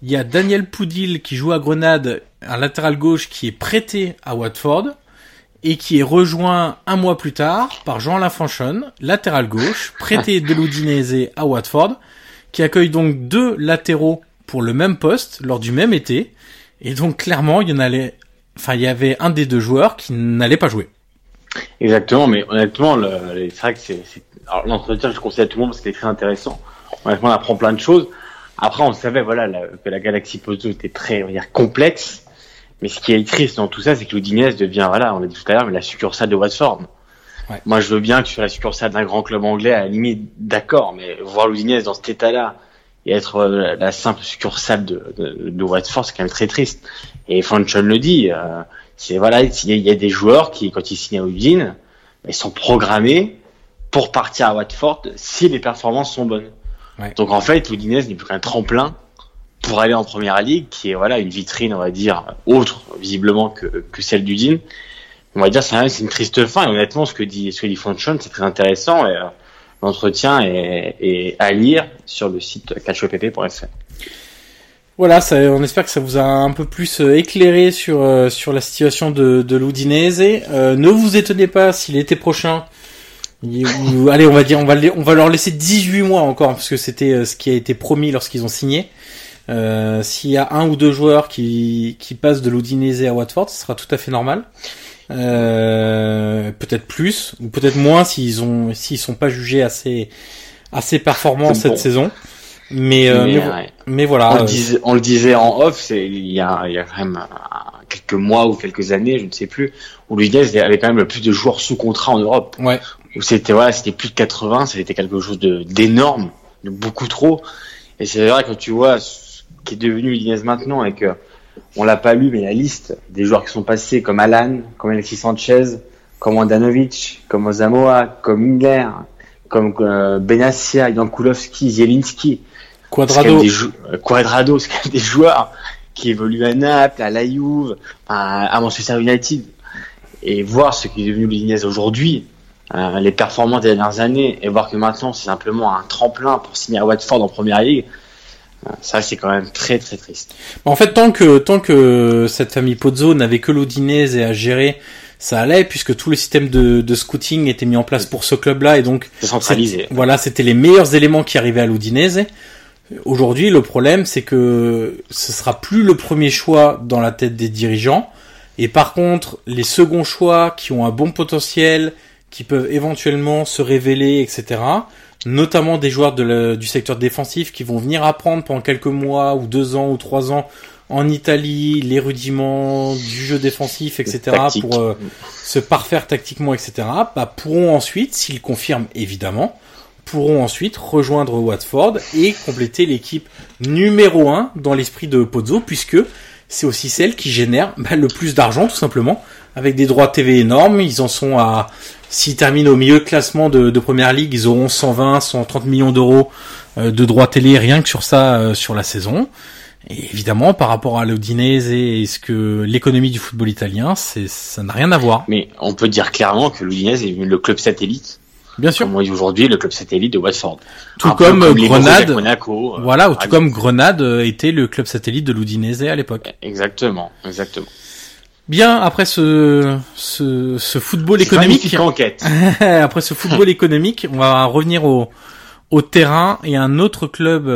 il y a Daniel Poudil qui joue à Grenade, un latéral gauche qui est prêté à Watford et qui est rejoint un mois plus tard par Jean-Alain Fanchon, latéral gauche, prêté de l'Udinese à Watford, qui accueille donc 2 latéraux pour le même poste lors du même été. Et donc clairement, il y avait un des 2 joueurs qui n'allait pas jouer. Exactement, mais honnêtement, c'est vrai que alors, l'entretien, je conseille à tout le monde parce que c'était très intéressant. Honnêtement, on apprend plein de choses. Après, on savait, que la galaxie Pozzo était très, on va dire, complexe. Mais ce qui est triste dans tout ça, c'est que l'Udinese devient, on l'a dit tout à l'heure, mais la succursale de Watford. Ouais. Moi, je veux bien que sur la succursale d'un grand club anglais, à la limite, d'accord, mais voir l'Udinese dans cet état-là et être la simple succursale de Watford, c'est quand même très triste. Et Fanchon le dit, il y a des joueurs qui, quand ils signent à Udine, ils sont programmés pour partir à Watford si les performances sont bonnes. Ouais. Donc en fait, l'Udinese n'est plus qu'un tremplin pour aller en première ligue, qui est une vitrine, on va dire, autre visiblement que celle d'Udine. On va dire c'est une triste fin. Et honnêtement, ce que dit Fanchon, c'est très intéressant. Et l'entretien est à lire sur le site catchopp.fr. Voilà, on espère que ça vous a un peu plus éclairé sur la situation de l'Udinese. Ne vous étonnez pas si l'été prochain, allez, on va leur laisser 18 mois encore, parce que c'était ce qui a été promis lorsqu'ils ont signé. S'il y a 1 ou 2 joueurs qui passent de l'Udinese à Watford, ce sera tout à fait normal. Peut-être plus ou peut-être moins s'ils sont pas jugés assez performants cette saison. Mais voilà. On le disait en off, il y a quand même quelques mois ou quelques années, je ne sais plus, où l'Udinese avait quand même le plus de joueurs sous contrat en Europe. Ouais. Où c'était plus de 80, c'était quelque chose d'énorme, de beaucoup trop. Et c'est vrai quand tu vois ce qui est devenu l'Udinese maintenant et que on l'a pas lu, mais la liste des joueurs qui sont passés comme Alan, comme Alexis Sanchez, comme Andanovic, comme Osamoa, comme Ingler, comme Benassia, Jankulovski, Zielinski, Cuadrado, c'est quand même des joueurs qui évoluent à Naples, à la Juve, à Manchester United, et voir ce qui est devenu l'Udinese aujourd'hui, les performances des dernières années, et voir que maintenant c'est simplement un tremplin pour signer à Watford en première ligue. Ça, c'est quand même très très triste. En fait, tant que cette famille Pozzo n'avait que l'Udinese à gérer, ça allait, puisque tout le système de scouting était mis en place pour ce club-là, et donc centralisé. C'était les meilleurs éléments qui arrivaient à l'Udinese. Aujourd'hui, le problème, c'est que ce sera plus le premier choix dans la tête des dirigeants, et par contre, les seconds choix qui ont un bon potentiel, qui peuvent éventuellement se révéler, etc., notamment des joueurs du secteur défensif qui vont venir apprendre pendant quelques mois ou 2 ans ou 3 ans en Italie les rudiments du jeu défensif, etc. Tactique. Pour se parfaire tactiquement, etc. Pourront ensuite, s'ils confirment évidemment, rejoindre Watford et compléter l'équipe numéro 1 dans l'esprit de Pozzo, puisque c'est aussi celle qui génère le plus d'argent, tout simplement, avec des droits TV énormes. Ils en sont à, s'ils terminent au milieu de classement de Première Ligue, ils auront 120, 130 millions d'euros de droits télé, rien que sur ça, sur la saison. Et évidemment, par rapport à l'Udinese et ce que l'économie du football italien, ça n'a rien à voir. Mais on peut dire clairement que l'Udinese est le club satellite. Bien sûr. Comme aujourd'hui, le club satellite de Watford. Tout comme Grenade. Monaco, tout comme Grenade était le club satellite de l'Udinese à l'époque. Exactement. Bien, après ce football économique. Enquête. Après ce football économique, on va revenir au terrain et un autre club,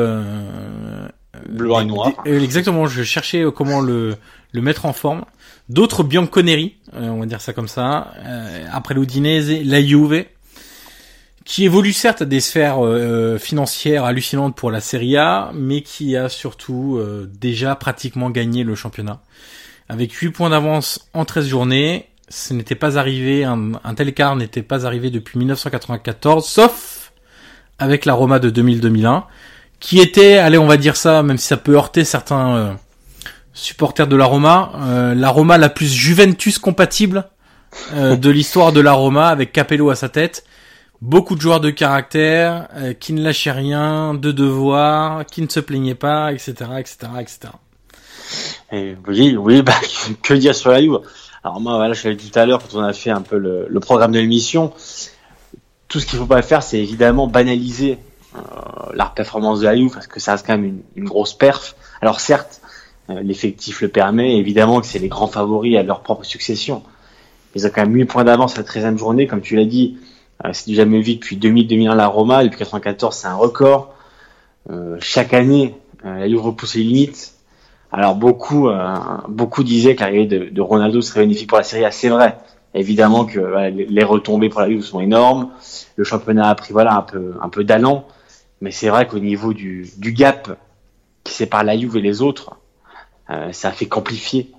bleu et noir. Exactement, je cherchais comment le mettre en forme. D'autres bianconeri, on va dire ça comme ça. Après l'Udinese, la Juve, qui évolue certes à des sphères financières hallucinantes pour la Serie A, mais qui a surtout déjà pratiquement gagné le championnat. Avec 8 points d'avance en 13 journées, ce n'était pas arrivé, un tel écart n'était pas arrivé depuis 1994, sauf avec la Roma de 2000-2001, qui était, allez, on va dire ça, même si ça peut heurter certains supporters de la Roma la plus Juventus compatible de l'histoire de la Roma, avec Capello à sa tête. Beaucoup de joueurs de caractère, qui ne lâchaient rien, de devoir, qui ne se plaignaient pas, etc., etc., etc. Et oui, que dire sur la Juve? Alors moi, je l'ai dit tout à l'heure quand on a fait un peu le programme de l'émission. Tout ce qu'il faut pas faire, c'est évidemment banaliser la performance de la Juve, parce que ça reste quand même une grosse perf. Alors certes, l'effectif le permet, évidemment que c'est les grands favoris à leur propre succession. Ils ont quand même 8 points d'avance à la 13e journée, comme tu l'as dit. C'est du jamais vu depuis 2000-2001 la Roma, depuis 94 c'est un record. Chaque année, la Juve repousse les limites. Alors beaucoup disaient que l'arrivée de Ronaldo serait bénéfique pour la Serie A, c'est vrai. Évidemment que les retombées pour la Juve sont énormes. Le championnat a pris un peu d'allant, mais c'est vrai qu'au niveau du gap qui sépare la Juve et les autres, ça a fait qu'amplifier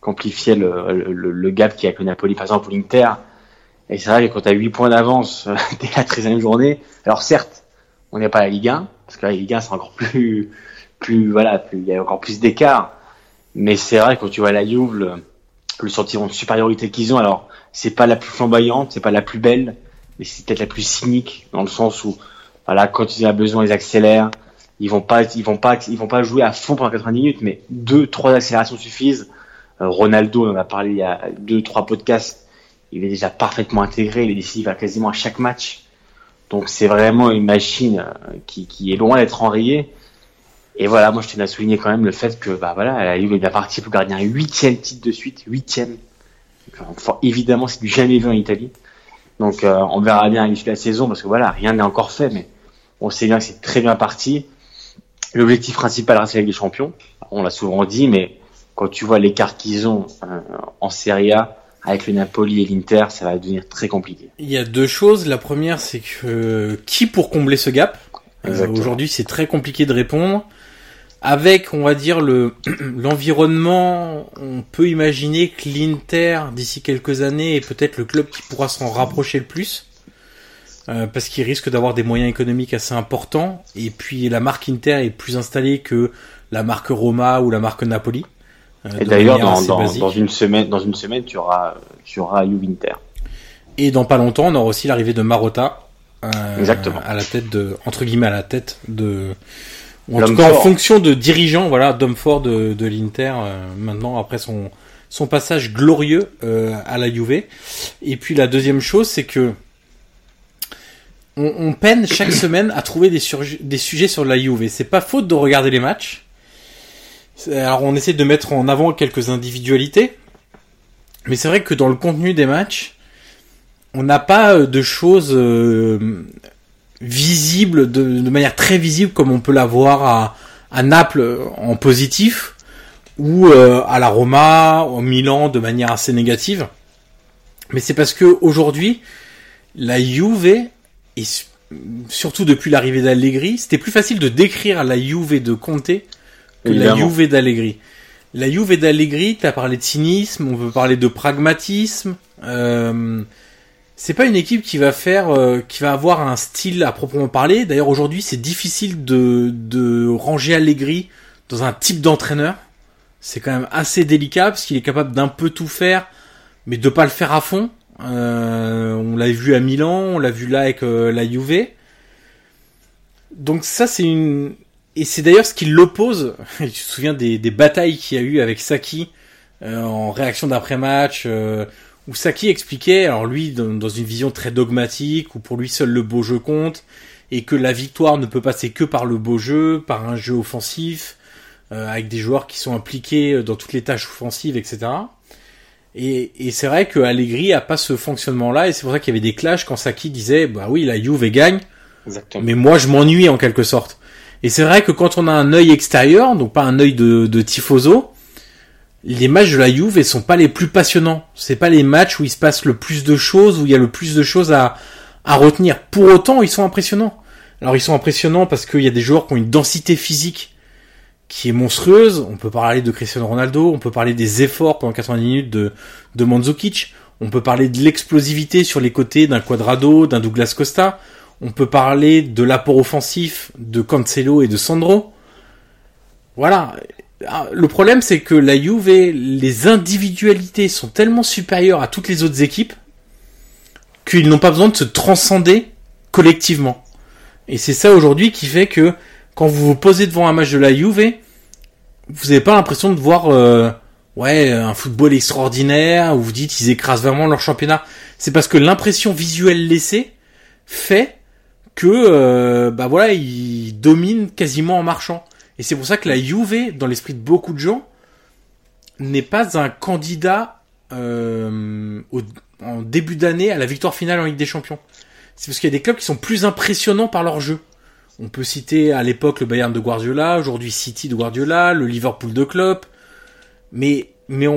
le gap qu'il y a avec le Napoli par exemple ou l'Inter. Et c'est vrai que quand tu as 8 points d'avance dès la 13e journée, alors certes, on n'est pas à la Ligue 1, parce que la Ligue 1 c'est encore plus il y a encore plus d'écart. Mais c'est vrai que quand tu vois la Juve, le sentiment de supériorité qu'ils ont, alors c'est pas la plus flamboyante, c'est pas la plus belle, mais c'est peut-être la plus cynique dans le sens où voilà, quand ils ont besoin, ils accélèrent. Ils vont pas jouer à fond pendant 90 minutes, mais 2-3 accélérations suffisent. Ronaldo, on en a parlé il y a 2-3 podcasts, il est déjà parfaitement intégré, il est décisif à quasiment à chaque match. Donc c'est vraiment une machine qui est loin d'être enrayée. Et voilà, moi je tenais à souligner quand même le fait que la Juve est partie pour gagner un 8e titre de suite, 8e. Enfin, évidemment, c'est du jamais vu en Italie. Donc on verra bien à l'issue de la saison parce que voilà, rien n'est encore fait, mais on sait bien que c'est très bien parti. L'objectif principal reste la Ligue des Champions. On l'a souvent dit, mais quand tu vois l'écart qu'ils ont en Serie A avec le Napoli et l'Inter, ça va devenir très compliqué. Il y a deux choses. La première, c'est que qui pour combler ce gap aujourd'hui, c'est très compliqué de répondre. Avec, on va dire, l'environnement, on peut imaginer que l'Inter, d'ici quelques années, est peut-être le club qui pourra s'en rapprocher le plus. Parce qu'il risque d'avoir des moyens économiques assez importants. Et puis, la marque Inter est plus installée que la marque Roma ou la marque Napoli. Et d'ailleurs, dans une semaine, tu auras Juve Inter. Et dans pas longtemps, on aura aussi l'arrivée de Marotta. Exactement. À la tête ou en tout cas, en fonction de dirigeant, d'homme fort de l'Inter, maintenant, après son passage glorieux, à la Juve. Et puis, la deuxième chose, c'est que, on peine chaque semaine à trouver des sujets sur la Juve. C'est pas faute de regarder les matchs. Alors, on essaie de mettre en avant quelques individualités. Mais c'est vrai que dans le contenu des matchs, on n'a pas de choses, visible de manière très visible comme on peut la voir à Naples en positif ou à la Roma, au Milan de manière assez négative. Mais c'est parce que aujourd'hui la Juve, et surtout depuis l'arrivée d'Allegri, c'était plus facile de décrire la Juve de Conte que la Juve d'Allegri. La Juve d'Allegri, t'as parlé de cynisme, on peut parler de pragmatisme. C'est pas une équipe qui va avoir un style à proprement parler. D'ailleurs, aujourd'hui, c'est difficile de ranger Allegri dans un type d'entraîneur. C'est quand même assez délicat parce qu'il est capable d'un peu tout faire, mais de pas le faire à fond. On l'a vu à Milan, on l'a vu là avec la Juve. Donc ça, et c'est d'ailleurs ce qui l'oppose. Tu te souviens des batailles qu'il y a eu avec Sacchi en réaction d'après-match, où Sacchi expliquait, alors lui dans une vision très dogmatique, où pour lui seul le beau jeu compte, et que la victoire ne peut passer que par le beau jeu, par un jeu offensif, avec des joueurs qui sont impliqués dans toutes les tâches offensives, etc. Et c'est vrai que Allegri a pas ce fonctionnement-là, et c'est pour ça qu'il y avait des clashs quand Sacchi disait, oui, la Juve gagne, exactement, mais moi je m'ennuie en quelque sorte. Et c'est vrai que quand on a un œil extérieur, donc pas un œil de tifoso, les matchs de la Juve sont pas les plus passionnants. C'est pas les matchs où il se passe le plus de choses, où il y a le plus de choses à retenir. Pour autant, ils sont impressionnants. Alors ils sont impressionnants parce qu'il y a des joueurs qui ont une densité physique qui est monstrueuse. On peut parler de Cristiano Ronaldo, on peut parler des efforts pendant 90 minutes de Mandzukic, on peut parler de l'explosivité sur les côtés d'un Cuadrado, d'un Douglas Costa, on peut parler de l'apport offensif de Cancelo et de Sandro. Voilà. Le problème, c'est que la Juve, les individualités sont tellement supérieures à toutes les autres équipes qu'ils n'ont pas besoin de se transcender collectivement. Et c'est ça aujourd'hui qui fait que quand vous vous posez devant un match de la Juve, vous n'avez pas l'impression de voir un football extraordinaire où vous dites ils écrasent vraiment leur championnat. C'est parce que l'impression visuelle laissée fait que ils dominent quasiment en marchant. Et c'est pour ça que la Juve, dans l'esprit de beaucoup de gens, n'est pas un candidat en début d'année à la victoire finale en Ligue des Champions. C'est parce qu'il y a des clubs qui sont plus impressionnants par leur jeu. On peut citer à l'époque le Bayern de Guardiola, aujourd'hui City de Guardiola, le Liverpool de Klopp, mais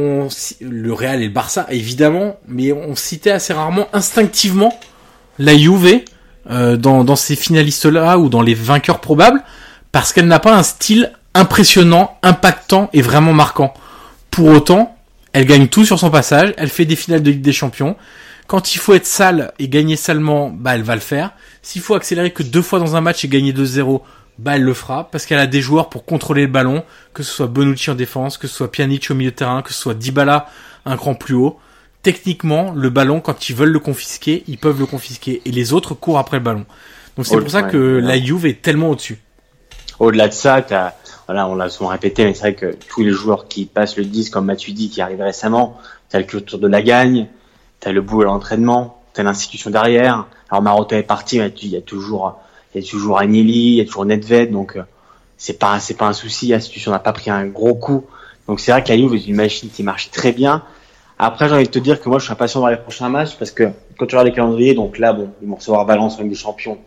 le Real et le Barça évidemment, mais on citait assez rarement instinctivement la Juve dans ces finalistes-là ou dans les vainqueurs probables, parce qu'elle n'a pas un style impressionnant, impactant et vraiment marquant. Pour autant, elle gagne tout sur son passage, elle fait des finales de Ligue des Champions. Quand il faut être sale et gagner salement, elle va le faire. S'il faut accélérer que 2 fois dans un match et gagner 2-0, elle le fera, parce qu'elle a des joueurs pour contrôler le ballon, que ce soit Bonucci en défense, que ce soit Pjanic au milieu de terrain, que ce soit Dybala un cran plus haut. Techniquement, le ballon, quand ils veulent le confisquer, ils peuvent le confisquer. Et les autres courent après le ballon. Donc c'est pour ça que la Juve est tellement au-dessus. Au-delà de ça, on l'a souvent répété, mais c'est vrai que tous les joueurs qui passent le 10, comme Matuidi qui arrive récemment, t'as le culture de la gagne, t'as le bout à l'entraînement, t'as l'institution derrière. Alors Marotta est parti, mais il y a toujours Agnelli, il y a toujours Nedved, donc c'est pas un souci, l'institution n'a pas pris un gros coup. Donc c'est vrai que la Juve est une machine qui marche très bien. Après, j'ai envie de te dire que moi je suis impatient de voir les prochains matchs, parce que quand tu regardes les calendriers, donc là ils vont recevoir Valence en Ligue des Champions.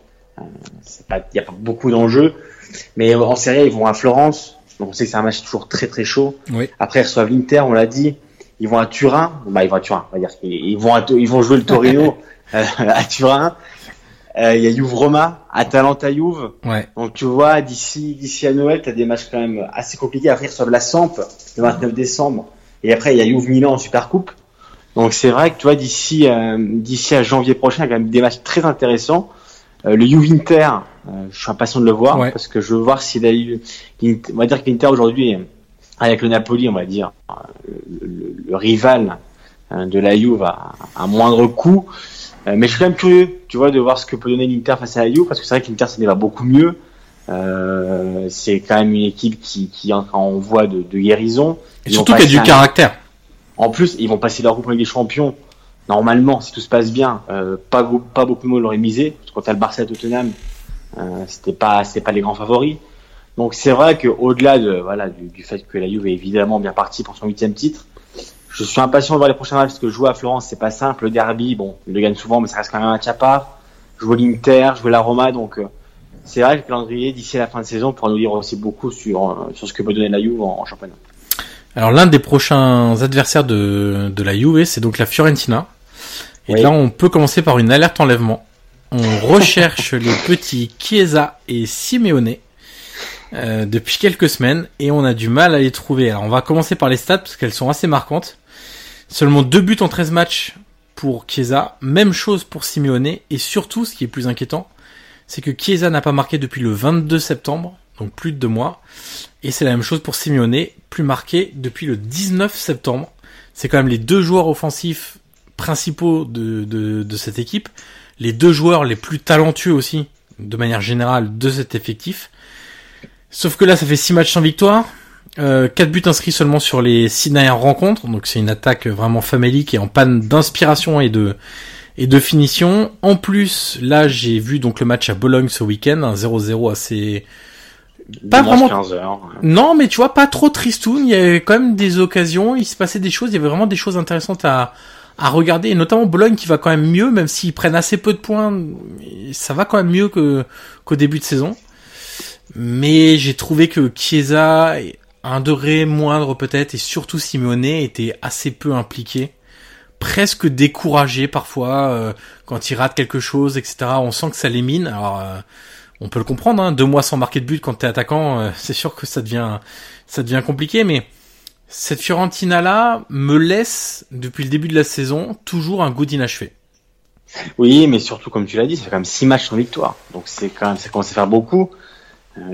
Il y a pas beaucoup d'enjeux, mais en série ils vont à Florence, donc on sait que c'est un match toujours très très chaud. Oui. Après ils reçoivent l'Inter, on l'a dit, ils vont à Turin, on va dire ils vont jouer le Torino à Turin. Il y a Juve Roma, Atalanta Juve. Ouais. Donc tu vois, d'ici à Noël, t'as des matchs quand même assez compliqués. Après ils reçoivent la Samp le 29 décembre, et après il y a Juve Milan en Supercoupe. Donc c'est vrai que tu vois, d'ici à janvier prochain, il y a quand même des matchs très intéressants. Le Juve Inter, je suis impatient de le voir, parce que je veux voir si on va dire que l'Inter aujourd'hui, avec le Napoli, on va dire le rival de la Juve à moindre coût. Mais je suis quand même curieux, tu vois, de voir ce que peut donner l'Inter face à la Juve, parce que c'est vrai que l'Inter ça va beaucoup mieux. C'est quand même une équipe qui est en voie de guérison. Et surtout qu'il y a du caractère. En plus, ils vont passer leur groupe en Ligue des Champions. Normalement, si tout se passe bien, pas beaucoup de monde l'auraient misé. Parce que quand t'as le Barça et Tottenham, c'était pas les grands favoris. Donc c'est vrai que au-delà du fait que la Juve est évidemment bien partie pour son 8e titre, je suis impatient de voir les prochains matchs, parce que jouer à Florence c'est pas simple. Le derby, ils le gagnent souvent, mais ça reste quand même un match à part. Jouer l'Inter, jouer la Roma, donc c'est vrai que le calendrier d'ici à la fin de saison pourra nous dire aussi beaucoup sur ce que peut donner la Juve en championnat. Alors l'un des prochains adversaires de la Juve, c'est donc la Fiorentina. Et là, on peut commencer par une alerte enlèvement. On recherche les petits Chiesa et Simeone depuis quelques semaines, et on a du mal à les trouver. Alors on va commencer par les stats, parce qu'elles sont assez marquantes. Seulement 2 buts en 13 matchs pour Chiesa, même chose pour Simeone, et surtout, ce qui est plus inquiétant, c'est que Chiesa n'a pas marqué depuis le 22 septembre, donc plus de 2 mois, et c'est la même chose pour Simeone, plus marqué depuis le 19 septembre. C'est quand même les 2 joueurs offensifs principaux de cette équipe, les 2 joueurs les plus talentueux aussi, de manière générale, de cet effectif. Sauf que là, ça fait 6 matchs sans victoire, 4 buts inscrits seulement sur les 6 dernières rencontres, donc c'est une attaque vraiment famélique et en panne d'inspiration et de finition. En plus, là, j'ai vu donc le match à Bologne ce week-end, un 0-0 assez... Pas vraiment... 15h. Non, mais tu vois, pas trop tristoun, il y avait quand même des occasions, il se passait des choses, il y avait vraiment des choses intéressantes à regarder, et notamment Bologne qui va quand même mieux, même s'ils prennent assez peu de points, ça va quand même mieux qu'au début de saison. Mais j'ai trouvé que Chiesa, un degré moindre peut-être, et surtout Simeone, était assez peu impliqué, presque découragé parfois, quand il rate quelque chose, etc. On sent que ça l'émine. Alors on peut le comprendre, hein, 2 mois sans marquer de but quand t'es attaquant, c'est sûr que ça devient compliqué, mais cette Fiorentina-là me laisse, depuis le début de la saison, toujours un goût d'inachevé. Oui, mais surtout, comme tu l'as dit, ça fait quand même 6 matchs sans victoire. Donc ça commence à faire beaucoup. Il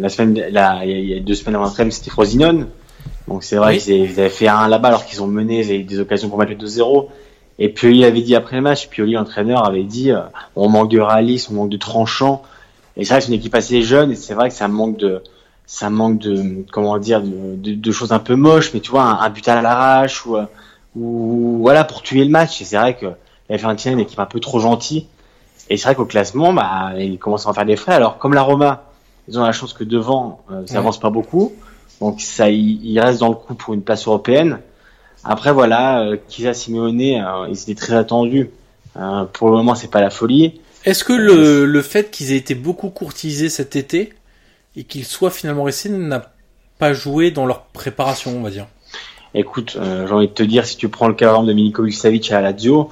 y a 2 semaines avant l'entraînement, c'était Frosinone. Donc c'est vrai qu'ils avaient fait un là-bas alors qu'ils ont mené, ils avaient des occasions pour mettre le 2-0. Et Pioli avait dit après le match, l'entraîneur avait dit, on manque de réalisme, on manque de tranchant. Et c'est vrai que c'est une équipe assez jeune, et c'est vrai que ça manque de comment dire, de choses un peu moches, mais tu vois, un but à l'arrache ou voilà, pour tuer le match. Et c'est vrai que la Fiorentina est une équipe un peu trop gentille. Et c'est vrai qu'au classement, il commence à en faire des frais. Alors, comme la Roma, ils ont la chance que devant, ça avance pas beaucoup. Donc ça, il reste dans le coup pour une place européenne. Après voilà, Chiesa, Simeone, ils étaient très attendus. Pour le moment, c'est pas la folie. Est-ce que le fait qu'ils aient été beaucoup courtisés cet été et qu'ils soient finalement restés n'a pas joué dans leur préparation, on va dire? Écoute, j'ai envie de te dire, si tu prends le cas de Milinkovic-Savic à Lazio,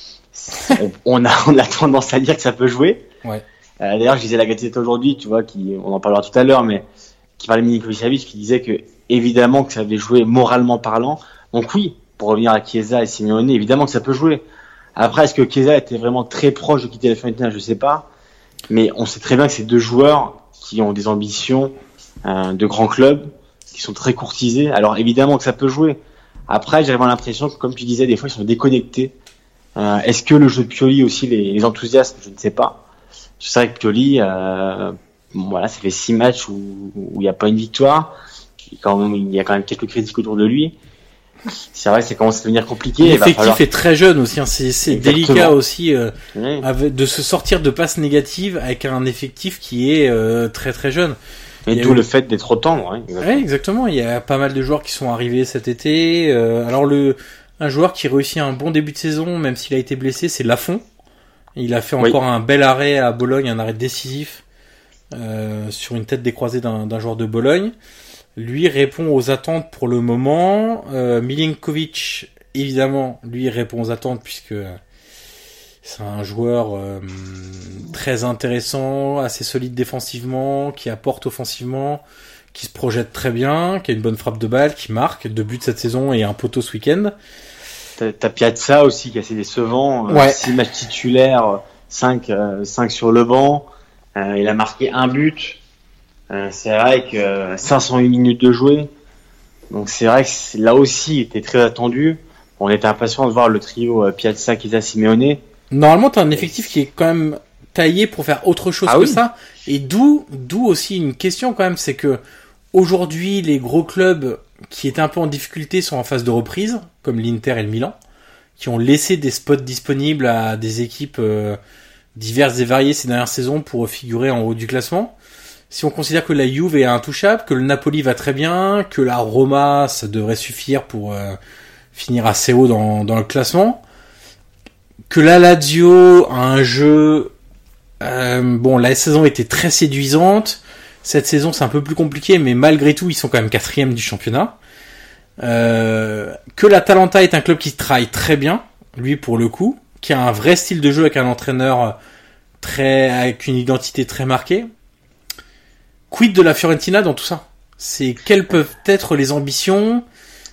on a tendance à dire que ça peut jouer. Ouais. D'ailleurs, je disais la Gazzetta aujourd'hui, tu vois, on en parlera tout à l'heure, mais qui parlait de Milinkovic-Savic, qui disait que évidemment que ça avait joué moralement parlant. Donc oui, pour revenir à Chiesa et Simeone, évidemment que ça peut jouer. Après, est-ce que Chiesa était vraiment très proche de quitter la Fiorentina? Je sais pas. Mais on sait très bien que c'est deux joueurs qui ont des ambitions de grands clubs, qui sont très courtisés. Alors évidemment que ça peut jouer. Après, j'ai vraiment l'impression que, comme tu disais, des fois ils sont déconnectés. Est-ce que le jeu de Pioli aussi les enthousiasme? Je ne sais pas. Je sais que Pioli, voilà, ça fait 6 matchs où il n'y a pas une victoire. Il y a quand même quelques critiques autour de lui. C'est vrai, ça commence à devenir compliqué. L'effectif est très jeune aussi, hein. C'est délicat aussi de se sortir de passes négatives avec un effectif qui est très très jeune. Et d'où le fait d'être autant. Ouais, exactement. Il y a pas mal de joueurs qui sont arrivés cet été. Alors un joueur qui réussit un bon début de saison, même s'il a été blessé, c'est Lafont. Il a fait encore un bel arrêt à Bologne, un arrêt décisif sur une tête décroisée d'un joueur de Bologne. Lui répond aux attentes pour le moment. Milinkovic, évidemment, lui répond aux attentes puisque c'est un joueur très intéressant, assez solide défensivement, qui apporte offensivement, qui se projette très bien, qui a une bonne frappe de balle, qui marque 2 buts cette saison et un poteau ce week-end. T'as Piazza aussi qui est assez décevant. 6 matchs titulaires, 5 sur le banc. Il a marqué 1 but. C'est vrai que 508 minutes de jouer. Donc c'est vrai que là aussi, il était très attendu. On était impatient de voir le trio Piazza, Chiesa, Simeone. Normalement, t'as un effectif qui est quand même taillé pour faire autre chose que ça. Et d'où aussi une question quand même, c'est que aujourd'hui, les gros clubs qui étaient un peu en difficulté sont en phase de reprise, comme l'Inter et le Milan, qui ont laissé des spots disponibles à des équipes diverses et variées ces dernières saisons pour figurer en haut du classement. Si on considère que la Juve est intouchable, que le Napoli va très bien, que la Roma, ça devrait suffire pour finir assez haut dans le classement, que la Lazio a un jeu... la saison était très séduisante. Cette saison, c'est un peu plus compliqué, mais malgré tout, ils sont quand même 4e du championnat. Que l'Atalanta est un club qui travaille très bien, lui pour le coup, qui a un vrai style de jeu avec un entraîneur avec une identité très marquée. Quid de la Fiorentina dans tout ça? Quelles peuvent être les ambitions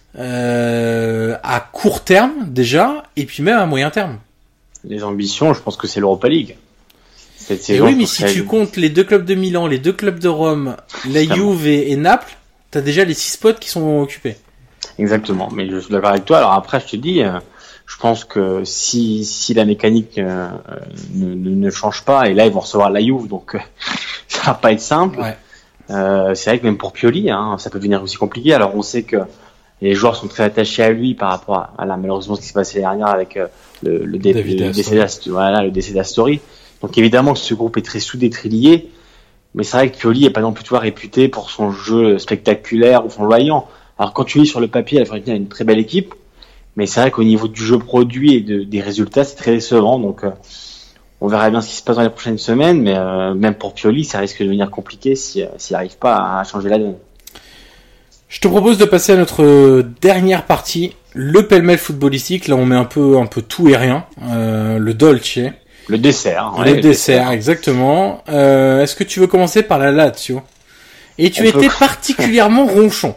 à court terme déjà, et puis même à moyen terme? Les ambitions, je pense que c'est l'Europa League. Et oui, mais si tu comptes les 2 clubs de Milan, les 2 clubs de Rome, la Juve et Naples, t'as déjà les 6 spots qui sont occupés. Exactement, mais je suis d'accord avec toi. Alors après, je te dis, je pense que si la mécanique ne change pas, et là ils vont recevoir la Juve, donc ça va pas être simple. Ouais. C'est vrai que même pour Pioli, ça peut devenir aussi compliqué. Alors on sait que les joueurs sont très attachés à lui par rapport à malheureusement ce qui s'est passé l'année dernière avec le décès d'Astori. Donc évidemment que ce groupe est très soudé, très lié. Mais c'est vrai que Pioli est pas non plus réputé pour son jeu spectaculaire ou flamboyant. Alors quand tu lis sur le papier, la Fiorentina a une très belle équipe, mais c'est vrai qu'au niveau du jeu produit et des résultats, c'est très décevant. Donc on verra bien ce qui se passe dans les prochaines semaines, mais même pour Pioli, ça risque de devenir compliqué s'il n'arrive pas à changer la donne. Je te propose de passer à notre dernière partie, le pêle-mêle footballistique. Là, on met un peu tout et rien, le dolce. Le dessert. Ouais, le dessert, exactement. Est-ce que tu veux commencer par la Lazio? Et tu étais particulièrement ronchon.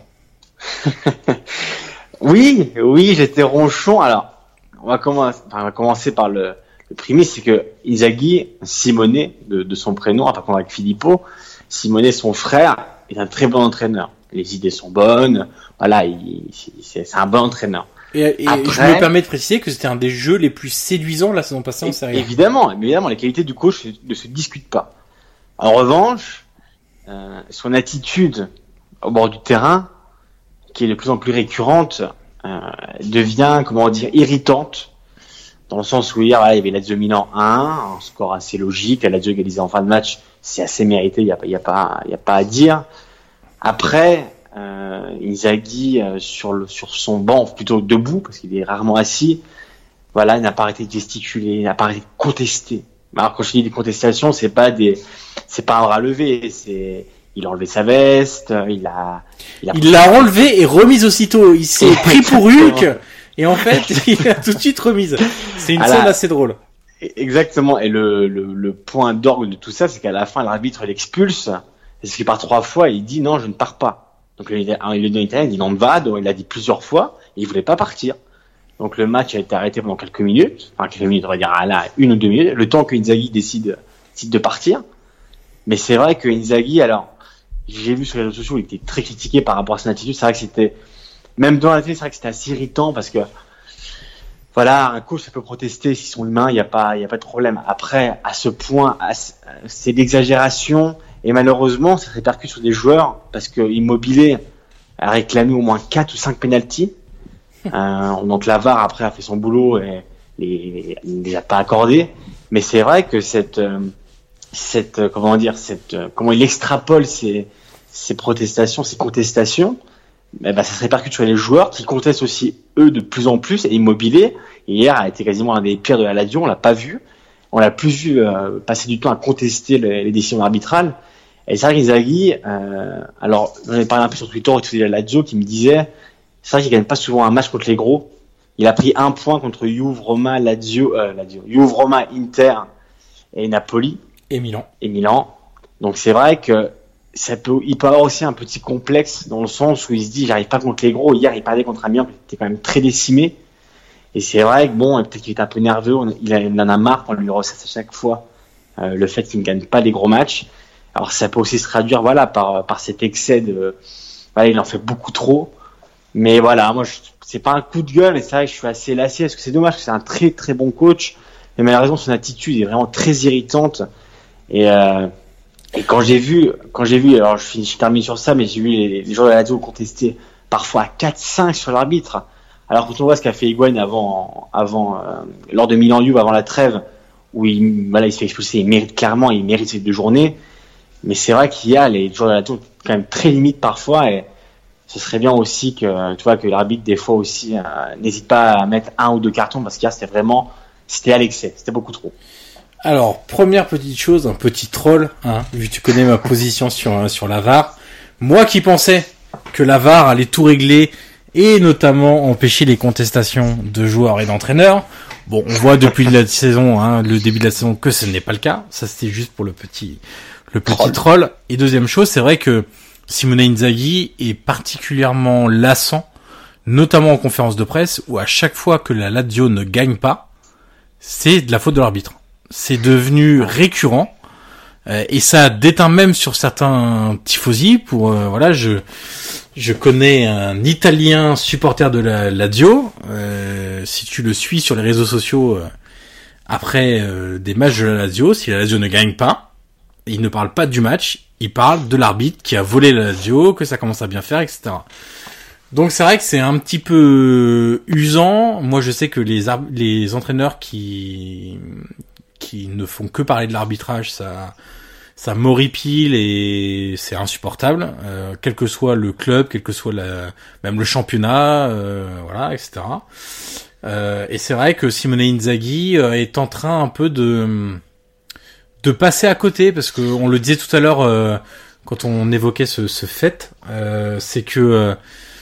Oui, j'étais ronchon. Alors, on va commencer par le premier, c'est que Inzaghi, Simone, de son prénom, à part avec Filippo, Simone, son frère, est un très bon entraîneur. Les idées sont bonnes. Voilà, c'est un bon entraîneur. Et après, je me permets de préciser que c'était un des jeux les plus séduisants la saison passée en Serie A. Évidemment, les qualités du coach ne se discutent pas. En revanche, son attitude au bord du terrain, qui est de plus en plus récurrente, devient, irritante, dans le sens où hier, il y avait Lazio Milan 1, un score assez logique, la Lazio égalisé en fin de match c'est assez mérité, il y a pas à dire. Après, Inzaghi sur son banc, plutôt debout parce qu'il est rarement assis, voilà, il n'a pas arrêté de gesticuler, il n'a pas arrêté de contester. Alors quand je dis des contestations, c'est pas un bras levé, il a enlevé sa veste, il l'a enlevé et remise aussitôt. Il s'est pris pour Hulk et en fait il a tout de suite remise. C'est une scène assez drôle. Exactement. Et le point d'orgue de tout ça, c'est qu'à la fin l'arbitre l'expulse. Parce qu'il part 3 fois et il dit non, je ne pars pas. Donc le Italien dit non vado, il l'a dit plusieurs fois et il voulait pas partir. Donc le match a été arrêté pendant quelques minutes, on va dire 1 ou 2 minutes, le temps que Inzaghi décide de partir. Mais c'est vrai que Inzaghi, alors j'ai vu sur les réseaux sociaux, il était très critiqué par rapport à son attitude. C'est vrai que c'était, même dans la télé, c'est vrai que c'était assez irritant parce que voilà, un coach ça peut protester s'ils sont humains, il y a pas de problème. Après, à ce point, c'est d'exagération. Et malheureusement, ça se répercute sur des joueurs parce que Immobile a réclamé au moins 4 ou 5 pénaltys. Donc la VAR après a fait son boulot et il les a pas accordés. Mais c'est vrai que comment il extrapole ces protestations, ces contestations, ça se répercute sur les joueurs qui contestent aussi eux de plus en plus. Et Immobile hier a été quasiment un des pires de la Lazio, on l'a pas vu. On l'a plus vu passer du temps à contester les décisions arbitrales. Et c'est vrai qu'Inzaghi, alors j'en ai parlé un peu sur Twitter et tout de la Lazio qui me disait, c'est vrai qu'il gagne pas souvent un match contre les gros. Il a pris 1 point contre Juve, Roma, Juve, Roma, Inter et Napoli. Et Milan. Donc c'est vrai que il peut avoir aussi un petit complexe dans le sens où il se dit, j'arrive pas contre les gros. Hier, il perdait contre Amiens, qui était quand même très décimé. Et c'est vrai que peut-être qu'il est un peu nerveux, il en a marre qu'on lui ressasse à chaque fois le fait qu'il ne gagne pas des gros matchs. Alors ça peut aussi se traduire par cet excès il en fait beaucoup trop. Mais voilà, moi c'est pas un coup de gueule, mais c'est vrai que je suis assez lassé parce que c'est dommage, que c'est un très très bon coach, mais malheureusement son attitude est vraiment très irritante. Et quand j'ai vu, alors je termine sur ça, mais j'ai vu les joueurs de la Lazio contester parfois à 4-5 sur l'arbitre. Alors quand on voit ce qu'a fait Higuaín lors de Milan-Juve avant la trêve, où il se fait expulser, il mérite ces 2 journées. Mais c'est vrai qu'il y a les joueurs de la Lazio quand même très limites parfois, et ce serait bien aussi que l'arbitre des fois aussi n'hésite pas à mettre 1 ou 2 cartons, parce qu'hier c'était à l'excès, c'était beaucoup trop. Alors, première petite chose, un petit troll, vu que tu connais ma position sur la VAR. Moi qui pensais que la VAR allait tout régler et notamment empêcher les contestations de joueurs et d'entraîneurs. Bon, on voit depuis la saison, le début de la saison, que ce n'est pas le cas. Ça, c'était juste pour le petit troll. Et deuxième chose, c'est vrai que Simone Inzaghi est particulièrement lassant, notamment en conférence de presse, où à chaque fois que la Lazio ne gagne pas, c'est de la faute de l'arbitre. C'est devenu récurrent, et ça déteint même sur certains tifosi. Je connais un Italien supporter de la Lazio. Si tu le suis sur les réseaux sociaux après des matchs de la Lazio, si la Lazio ne gagne pas, il ne parle pas du match, il parle de l'arbitre qui a volé la Lazio, que ça commence à bien faire, etc. Donc c'est vrai que c'est un petit peu usant. Moi je sais que les entraîneurs qui ne font que parler de l'arbitrage, ça m'horripile et c'est insupportable, quel que soit le club, quel que soit même le championnat, etc. Et c'est vrai que Simone Inzaghi est en train un peu de passer à côté, parce que on le disait tout à l'heure quand on évoquait ce fait, c'est que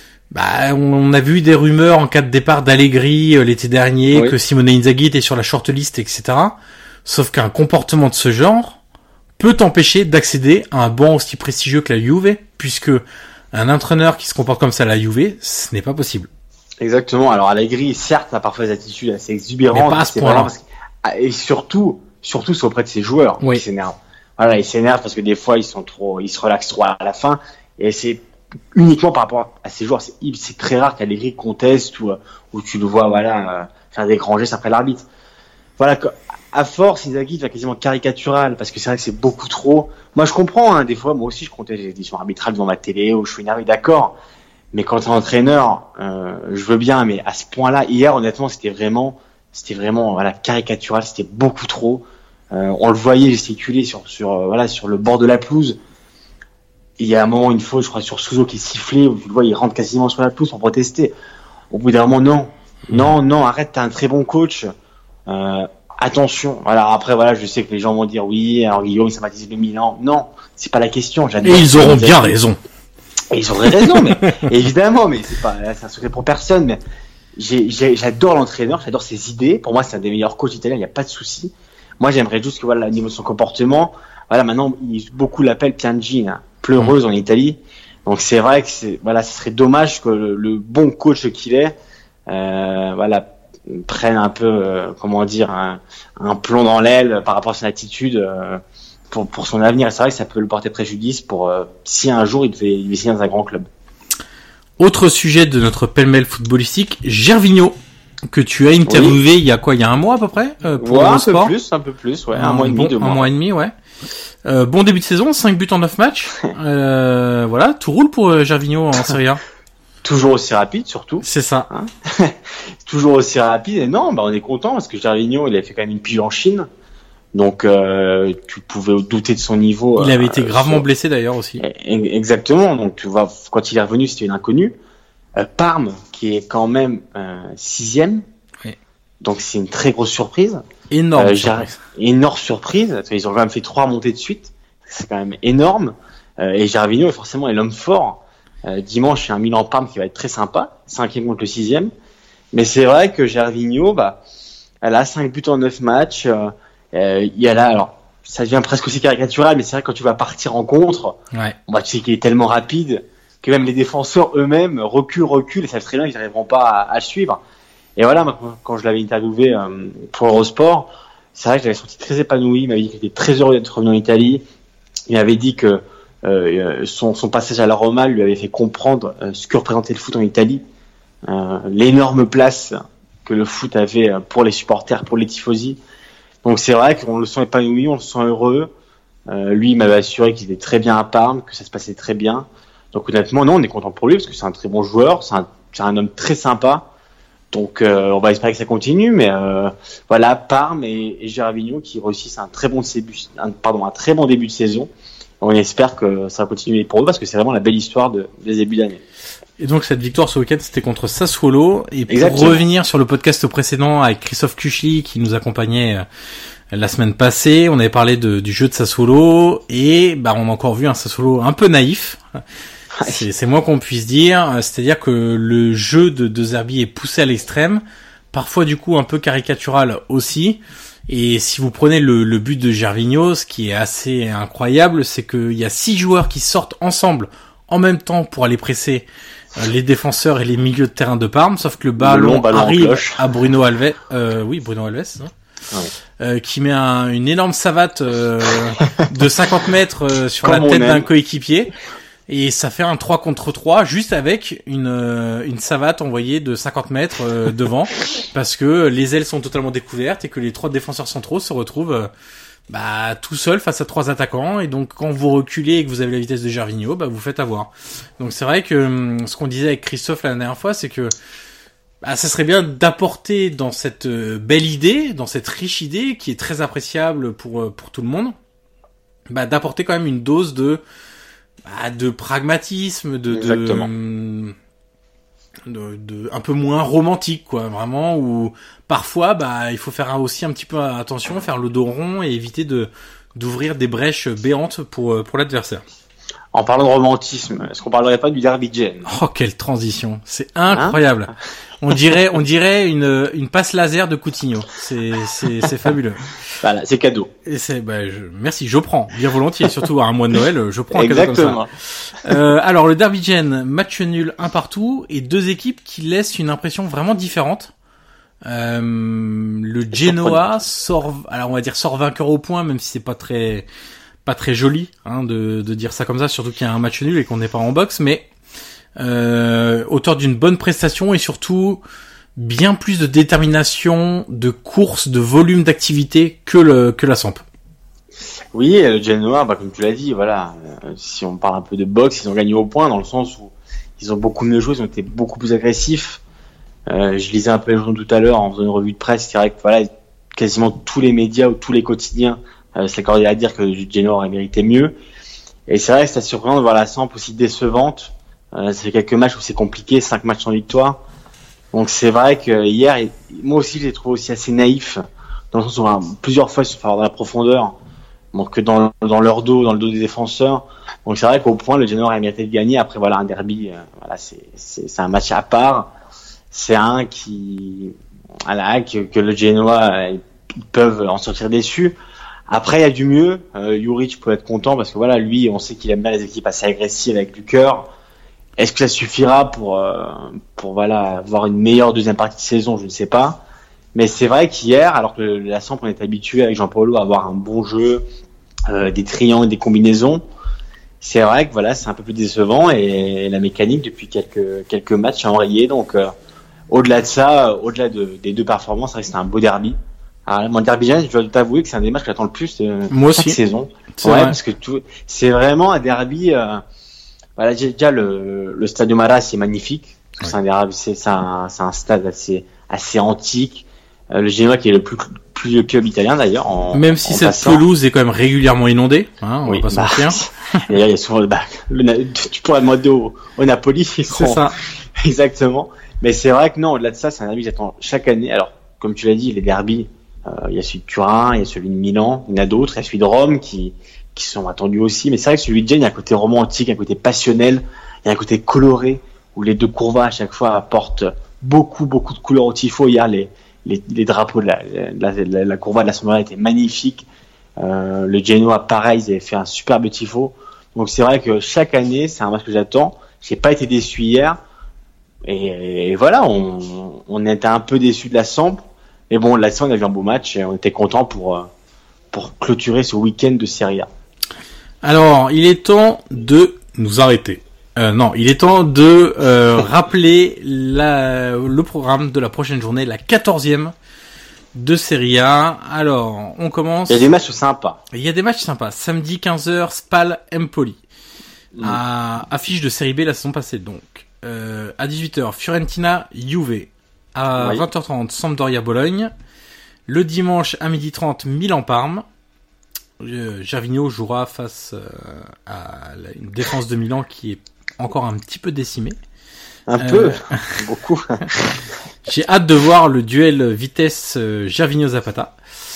on a vu des rumeurs en cas de départ d'Allegri l'été dernier, que Simone Inzaghi était sur la shortlist, etc. Sauf qu'un comportement de ce genre peut t'empêcher d'accéder à un banc aussi prestigieux que la Juve, puisque un entraîneur qui se comporte comme ça à la Juve, ce n'est pas possible. Exactement. Alors Allegri, certes, a parfois des attitudes assez exubérantes, mais pas à ce point-là. Et surtout c'est auprès de ses joueurs qui s'énervent. Voilà, ils s'énervent parce que des fois ils se relaxent trop à la fin, et c'est uniquement par rapport à ces joueurs. C'est très rare qu'Allegri conteste ou tu le vois faire des grands gestes après l'arbitre. Voilà, à force, Inzaghi devient quasiment caricatural, parce que c'est vrai que c'est beaucoup trop. Moi, je comprends, des fois, moi aussi, je conteste les décisions arbitrales devant ma télé, où je suis énervé, d'accord. Mais quand t'es entraîneur, je veux bien, mais à ce point-là, hier, honnêtement, c'était vraiment, caricatural, c'était beaucoup trop. On le voyait gesticuler sur le bord de la pelouse. Il y a un moment, une faute, je crois, sur Souzo qui sifflait, où tu le vois, il rentre quasiment sur la pelouse pour protester. Au bout d'un moment, non, arrête, t'es un très bon coach. Attention. Voilà, après, je sais que les gens vont dire oui, alors Guillaume, il sympathise le Milan. Non, c'est pas la question. Et ils auront bien raison. Et ils auraient raison, mais évidemment, mais c'est un secret pour personne, mais j'adore l'entraîneur, j'adore ses idées. Pour moi, c'est un des meilleurs coachs italiens, il n'y a pas de souci. Moi, j'aimerais juste que, au niveau de son comportement, maintenant, beaucoup l'appellent Piangi, pleureuse en Italie. Donc, c'est vrai que ce serait dommage que le bon coach qu'il est, prenne un peu, un plomb dans l'aile par rapport à son attitude, pour son avenir. Et c'est vrai que ça peut le porter préjudice si un jour il devait signer dans un grand club. Autre sujet de notre pêle-mêle footballistique, Gervinho, que tu as interviewé il y a un mois à peu près, pour Eurosport. Un peu plus, ouais. Un mois et demi, 2 mois. Un mois et demi, ouais. Bon début de saison, 5 buts en 9 matchs. Tout roule pour Gervinho en Serie A. Toujours aussi rapide, surtout. C'est ça. Toujours aussi rapide. Et non, on est content parce que Gervinho, il a fait quand même une pige en Chine. Donc, tu pouvais douter de son niveau. Il avait été gravement blessé d'ailleurs aussi. Exactement. Donc, tu vois, quand il est revenu, c'était une inconnue. Parme, qui est quand même 6e. Oui. Donc, c'est une très grosse surprise. Énorme surprise. Énorme surprise. Ils ont quand même fait 3 montées de suite. C'est quand même énorme. Et Gervinho, forcément, est l'homme fort. Dimanche, il y a un Milan-Parme qui va être très sympa. 5e contre le 6e. Mais c'est vrai que Gervinho, elle a 5 buts en 9 matchs. Il y a là, alors, ça devient presque aussi caricatural, mais c'est vrai que quand tu vas partir en contre, tu sais qu'il est tellement rapide que même les défenseurs eux-mêmes reculent et savent très bien qu'ils n'arriveront pas à le suivre. Et voilà, quand je l'avais interviewé pour Eurosport, c'est vrai que je l'avais senti très épanoui. Il m'avait dit qu'il était très heureux d'être revenu en Italie. Il m'avait dit que son passage à la Roma lui avait fait comprendre ce que représentait le foot en Italie, l'énorme place que le foot avait pour les supporters, pour les tifosi. Donc c'est vrai qu'on le sent épanoui, on le sent heureux. Lui, il m'avait assuré qu'il était très bien à Parme, que ça se passait très bien. Donc honnêtement, non, on est content pour lui parce que c'est un très bon joueur, c'est un homme très sympa. Donc on va espérer que ça continue, mais Parme et Gervinho qui réussissent un très bon début de saison. On espère que ça va continuer pour eux parce que c'est vraiment la belle histoire des débuts d'année. Et donc cette victoire ce week-end, c'était contre Sassuolo. Et pour revenir sur le podcast précédent avec Christophe Kuchli qui nous accompagnait la semaine passée, on avait parlé du jeu de Sassuolo et on a encore vu un Sassuolo un peu naïf. C'est moins qu'on puisse dire. C'est-à-dire que le jeu de Zerbi est poussé à l'extrême, parfois du coup un peu caricatural aussi. Et si vous prenez le but de Gervinho, ce qui est assez incroyable, c'est qu'il y a 6 joueurs qui sortent ensemble en même temps pour aller presser les défenseurs et les milieux de terrain de Parme, sauf que le ballon arrive à Bruno Alves. Bruno Alves, qui met une énorme savate de 50 mètres sur la tête d'un coéquipier. Et ça fait un 3 contre 3 juste avec une savate envoyée de 50 mètres devant parce que les ailes sont totalement découvertes et que les 3 défenseurs centraux se retrouvent tout seuls face à 3 attaquants. Et donc quand vous reculez et que vous avez la vitesse de Gervinho, vous faites avoir. Donc c'est vrai que ce qu'on disait avec Christophe la dernière fois, c'est que ça serait bien d'apporter dans cette belle idée, dans cette riche idée qui est très appréciable pour tout le monde, d'apporter quand même une dose de pragmatisme, de un peu moins romantique, quoi, vraiment, où parfois il faut faire aussi un petit peu attention, faire le dos rond et éviter d'ouvrir des brèches béantes pour l'adversaire. En parlant de romantisme, est-ce qu'on parlerait pas du derby Gênes ? Oh, quelle transition, c'est incroyable. On dirait une passe laser de Coutinho. C'est fabuleux. Voilà, c'est cadeau. Et merci, je prends bien volontiers, surtout à un mois de Noël, je prends un cadeau comme ça. Alors le derby Gênes, match nul 1 partout et 2 équipes qui laissent une impression vraiment différente. Le Genoa sort vainqueur au point, même si c'est pas très joli de dire ça comme ça, surtout qu'il y a un match nul et qu'on n'est pas en boxe, mais auteur d'une bonne prestation et surtout bien plus de détermination, de course, de volume d'activité que la Samp. Oui, le Genoa, comme tu l'as dit, voilà, si on parle un peu de boxe, ils ont gagné au point dans le sens où ils ont beaucoup mieux joué, ils ont été beaucoup plus agressifs. Je lisais un peu les journaux tout à l'heure en faisant une revue de presse, c'est vrai que quasiment tous les médias ou tous les quotidiens s'accordaient à dire que le Genoa aurait mérité mieux. Et c'est vrai que c'est surprenant de voir la Samp aussi décevante. Ça fait quelques matchs où c'est compliqué, 5 matchs sans victoire. Donc c'est vrai que hier, moi aussi je les trouve aussi assez naïfs, dans le sens où plusieurs fois ils se font avoir dans la profondeur, donc dans leur dos, dans le dos des défenseurs. Donc c'est vrai qu'au point le Genoa aurait mérité de gagner. Après voilà, un derby, voilà, c'est un match à part. C'est un que le Genoa ils peuvent en sortir déçus. Après il y a du mieux. Juric peut être content parce que voilà, lui on sait qu'il aime bien les équipes assez agressives avec du cœur. Est-ce que ça suffira pour voilà avoir une meilleure deuxième partie de saison? Je ne sais pas. Mais c'est vrai qu'hier, alors que la Samp on est habitué avec Gianpaolo à avoir un bon jeu, des triangles, des combinaisons, c'est vrai que voilà, c'est un peu plus décevant et la mécanique depuis quelques matchs a enrayé. Donc au-delà de ça, au-delà des deux performances, ça reste un beau derby. Alors, mon derby, je dois t'avouer que c'est un des matchs que j'attends le plus chaque saison. Ouais, vrai. Parce que c'est vraiment un derby. Voilà, déjà le Stadio Marat c'est magnifique. Parce que c'est un stade assez antique. Le Genoa qui est le plus vieux club italien d'ailleurs. Même si cette pelouse est quand même régulièrement inondée, hein, on va pas se mentir. D'ailleurs, il y a souvent tu pourrais demander au Napoli. C'est ça. Exactement. Mais c'est vrai que non, au-delà de ça, c'est un derby que j'attends chaque année. Alors, comme tu l'as dit, les derbys, il y a celui de Turin, il y a celui de Milan, il y en a d'autres, il y a celui de Rome qui sont attendus aussi. Mais c'est vrai que celui de Gênes, il y a un côté romantique, un côté passionnel, il y a un côté coloré où les deux courvas à chaque fois apportent beaucoup de couleurs au tifo. Hier, les drapeaux de la courva de la Sampdoria étaient magnifiques. Le Genoa, pareil, ils avaient fait un superbe tifo. Donc c'est vrai que chaque année, c'est un match que j'attends. J'ai pas été déçu hier. Et voilà, on était un peu déçu de la Samp. Mais bon, là-dessus, on a vu un beau match et on était content pour clôturer ce week-end de Serie A. Alors, il est temps de nous arrêter. Non, il est temps de rappeler le programme de la prochaine journée, la 14e de Serie A. Alors, on commence... Il y a des matchs sympas. Il y a des matchs sympas. Samedi 15h, Spal Empoli. Affiche de Serie B la saison passée, donc. À 18h, Fiorentina Juve. À 20h30, Sampdoria Bologne. Le dimanche à 12h30, Milan Parme. Gervinho jouera face à une défense de Milan qui est encore un petit peu décimée. Beaucoup. J'ai hâte de voir le duel vitesse Gervinho-Zapata.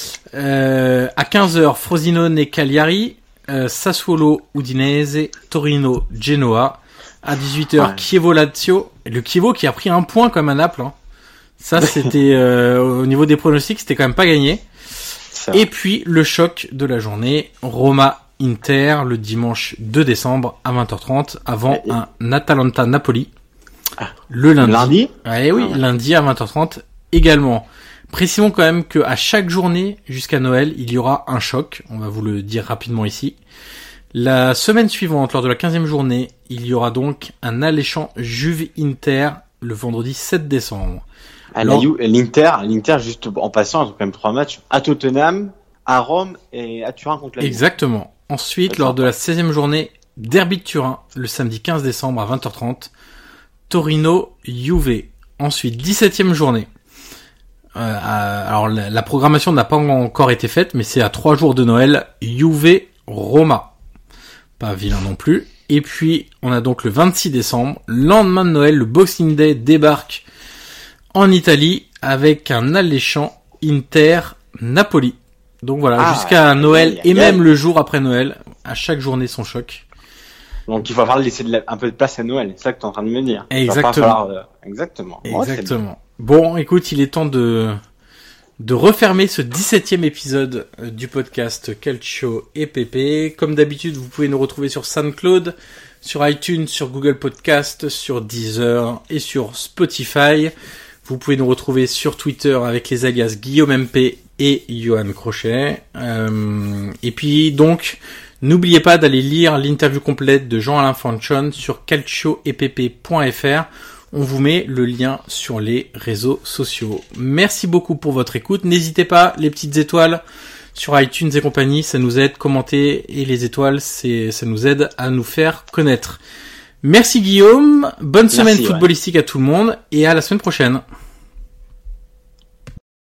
À 15h, Frosinone et Cagliari. Sassuolo Udinese, Torino Genoa. À 18h, Chievo-Lazio. Le Chievo qui a pris un point comme à Naples. Hein. Ça, c'était au niveau des pronostics, c'était quand même pas gagné. Et puis, le choc de la journée, Roma-Inter, le dimanche 2 décembre à 20h30, avant un Atalanta-Napoli. Le lundi. Lundi à 20h30 également. Précisons quand même que à chaque journée, jusqu'à Noël, il y aura un choc. On va vous le dire rapidement ici. La semaine suivante, lors de la 15e journée, il y aura donc un alléchant Juve-Inter, le vendredi 7 décembre. L'Inter, juste en passant, ils ont quand même 3 matchs à Tottenham, à Rome et à Turin contre la Juve. Exactement. Ensuite, lors de la 16e journée, Derby de Turin, le samedi 15 décembre à 20h30, Torino-Juve. Ensuite, 17e journée. Alors, la programmation n'a pas encore été faite, mais c'est à 3 jours de Noël, Juve-Roma. Pas vilain non plus. Et puis, on a donc le 26 décembre, lendemain de Noël, le Boxing Day débarque en Italie avec un alléchant Inter-Napoli. Donc voilà, jusqu'à Noël et même le jour après Noël, à chaque journée son choc. Donc il va falloir laisser un peu de place à Noël, c'est ça que tu es en train de me dire. Exactement. Exactement. Exactement. Bon, écoute, il est temps de refermer ce 17e épisode du podcast Calcio et Pepe. Comme d'habitude, vous pouvez nous retrouver sur SoundCloud, sur iTunes, sur Google Podcast, sur Deezer et sur Spotify. Vous pouvez nous retrouver sur Twitter avec les alias Guillaume MP et Johan Crochet. Et puis donc, n'oubliez pas d'aller lire l'interview complète de Jean-Alain Fanchon sur calcioepp.fr. On vous met le lien sur les réseaux sociaux. Merci beaucoup pour votre écoute. N'hésitez pas, les petites étoiles sur iTunes et compagnie, ça nous aide. Commenter et les étoiles, ça nous aide à nous faire connaître. Merci Guillaume, bonne semaine footballistique à tout le monde et à la semaine prochaine.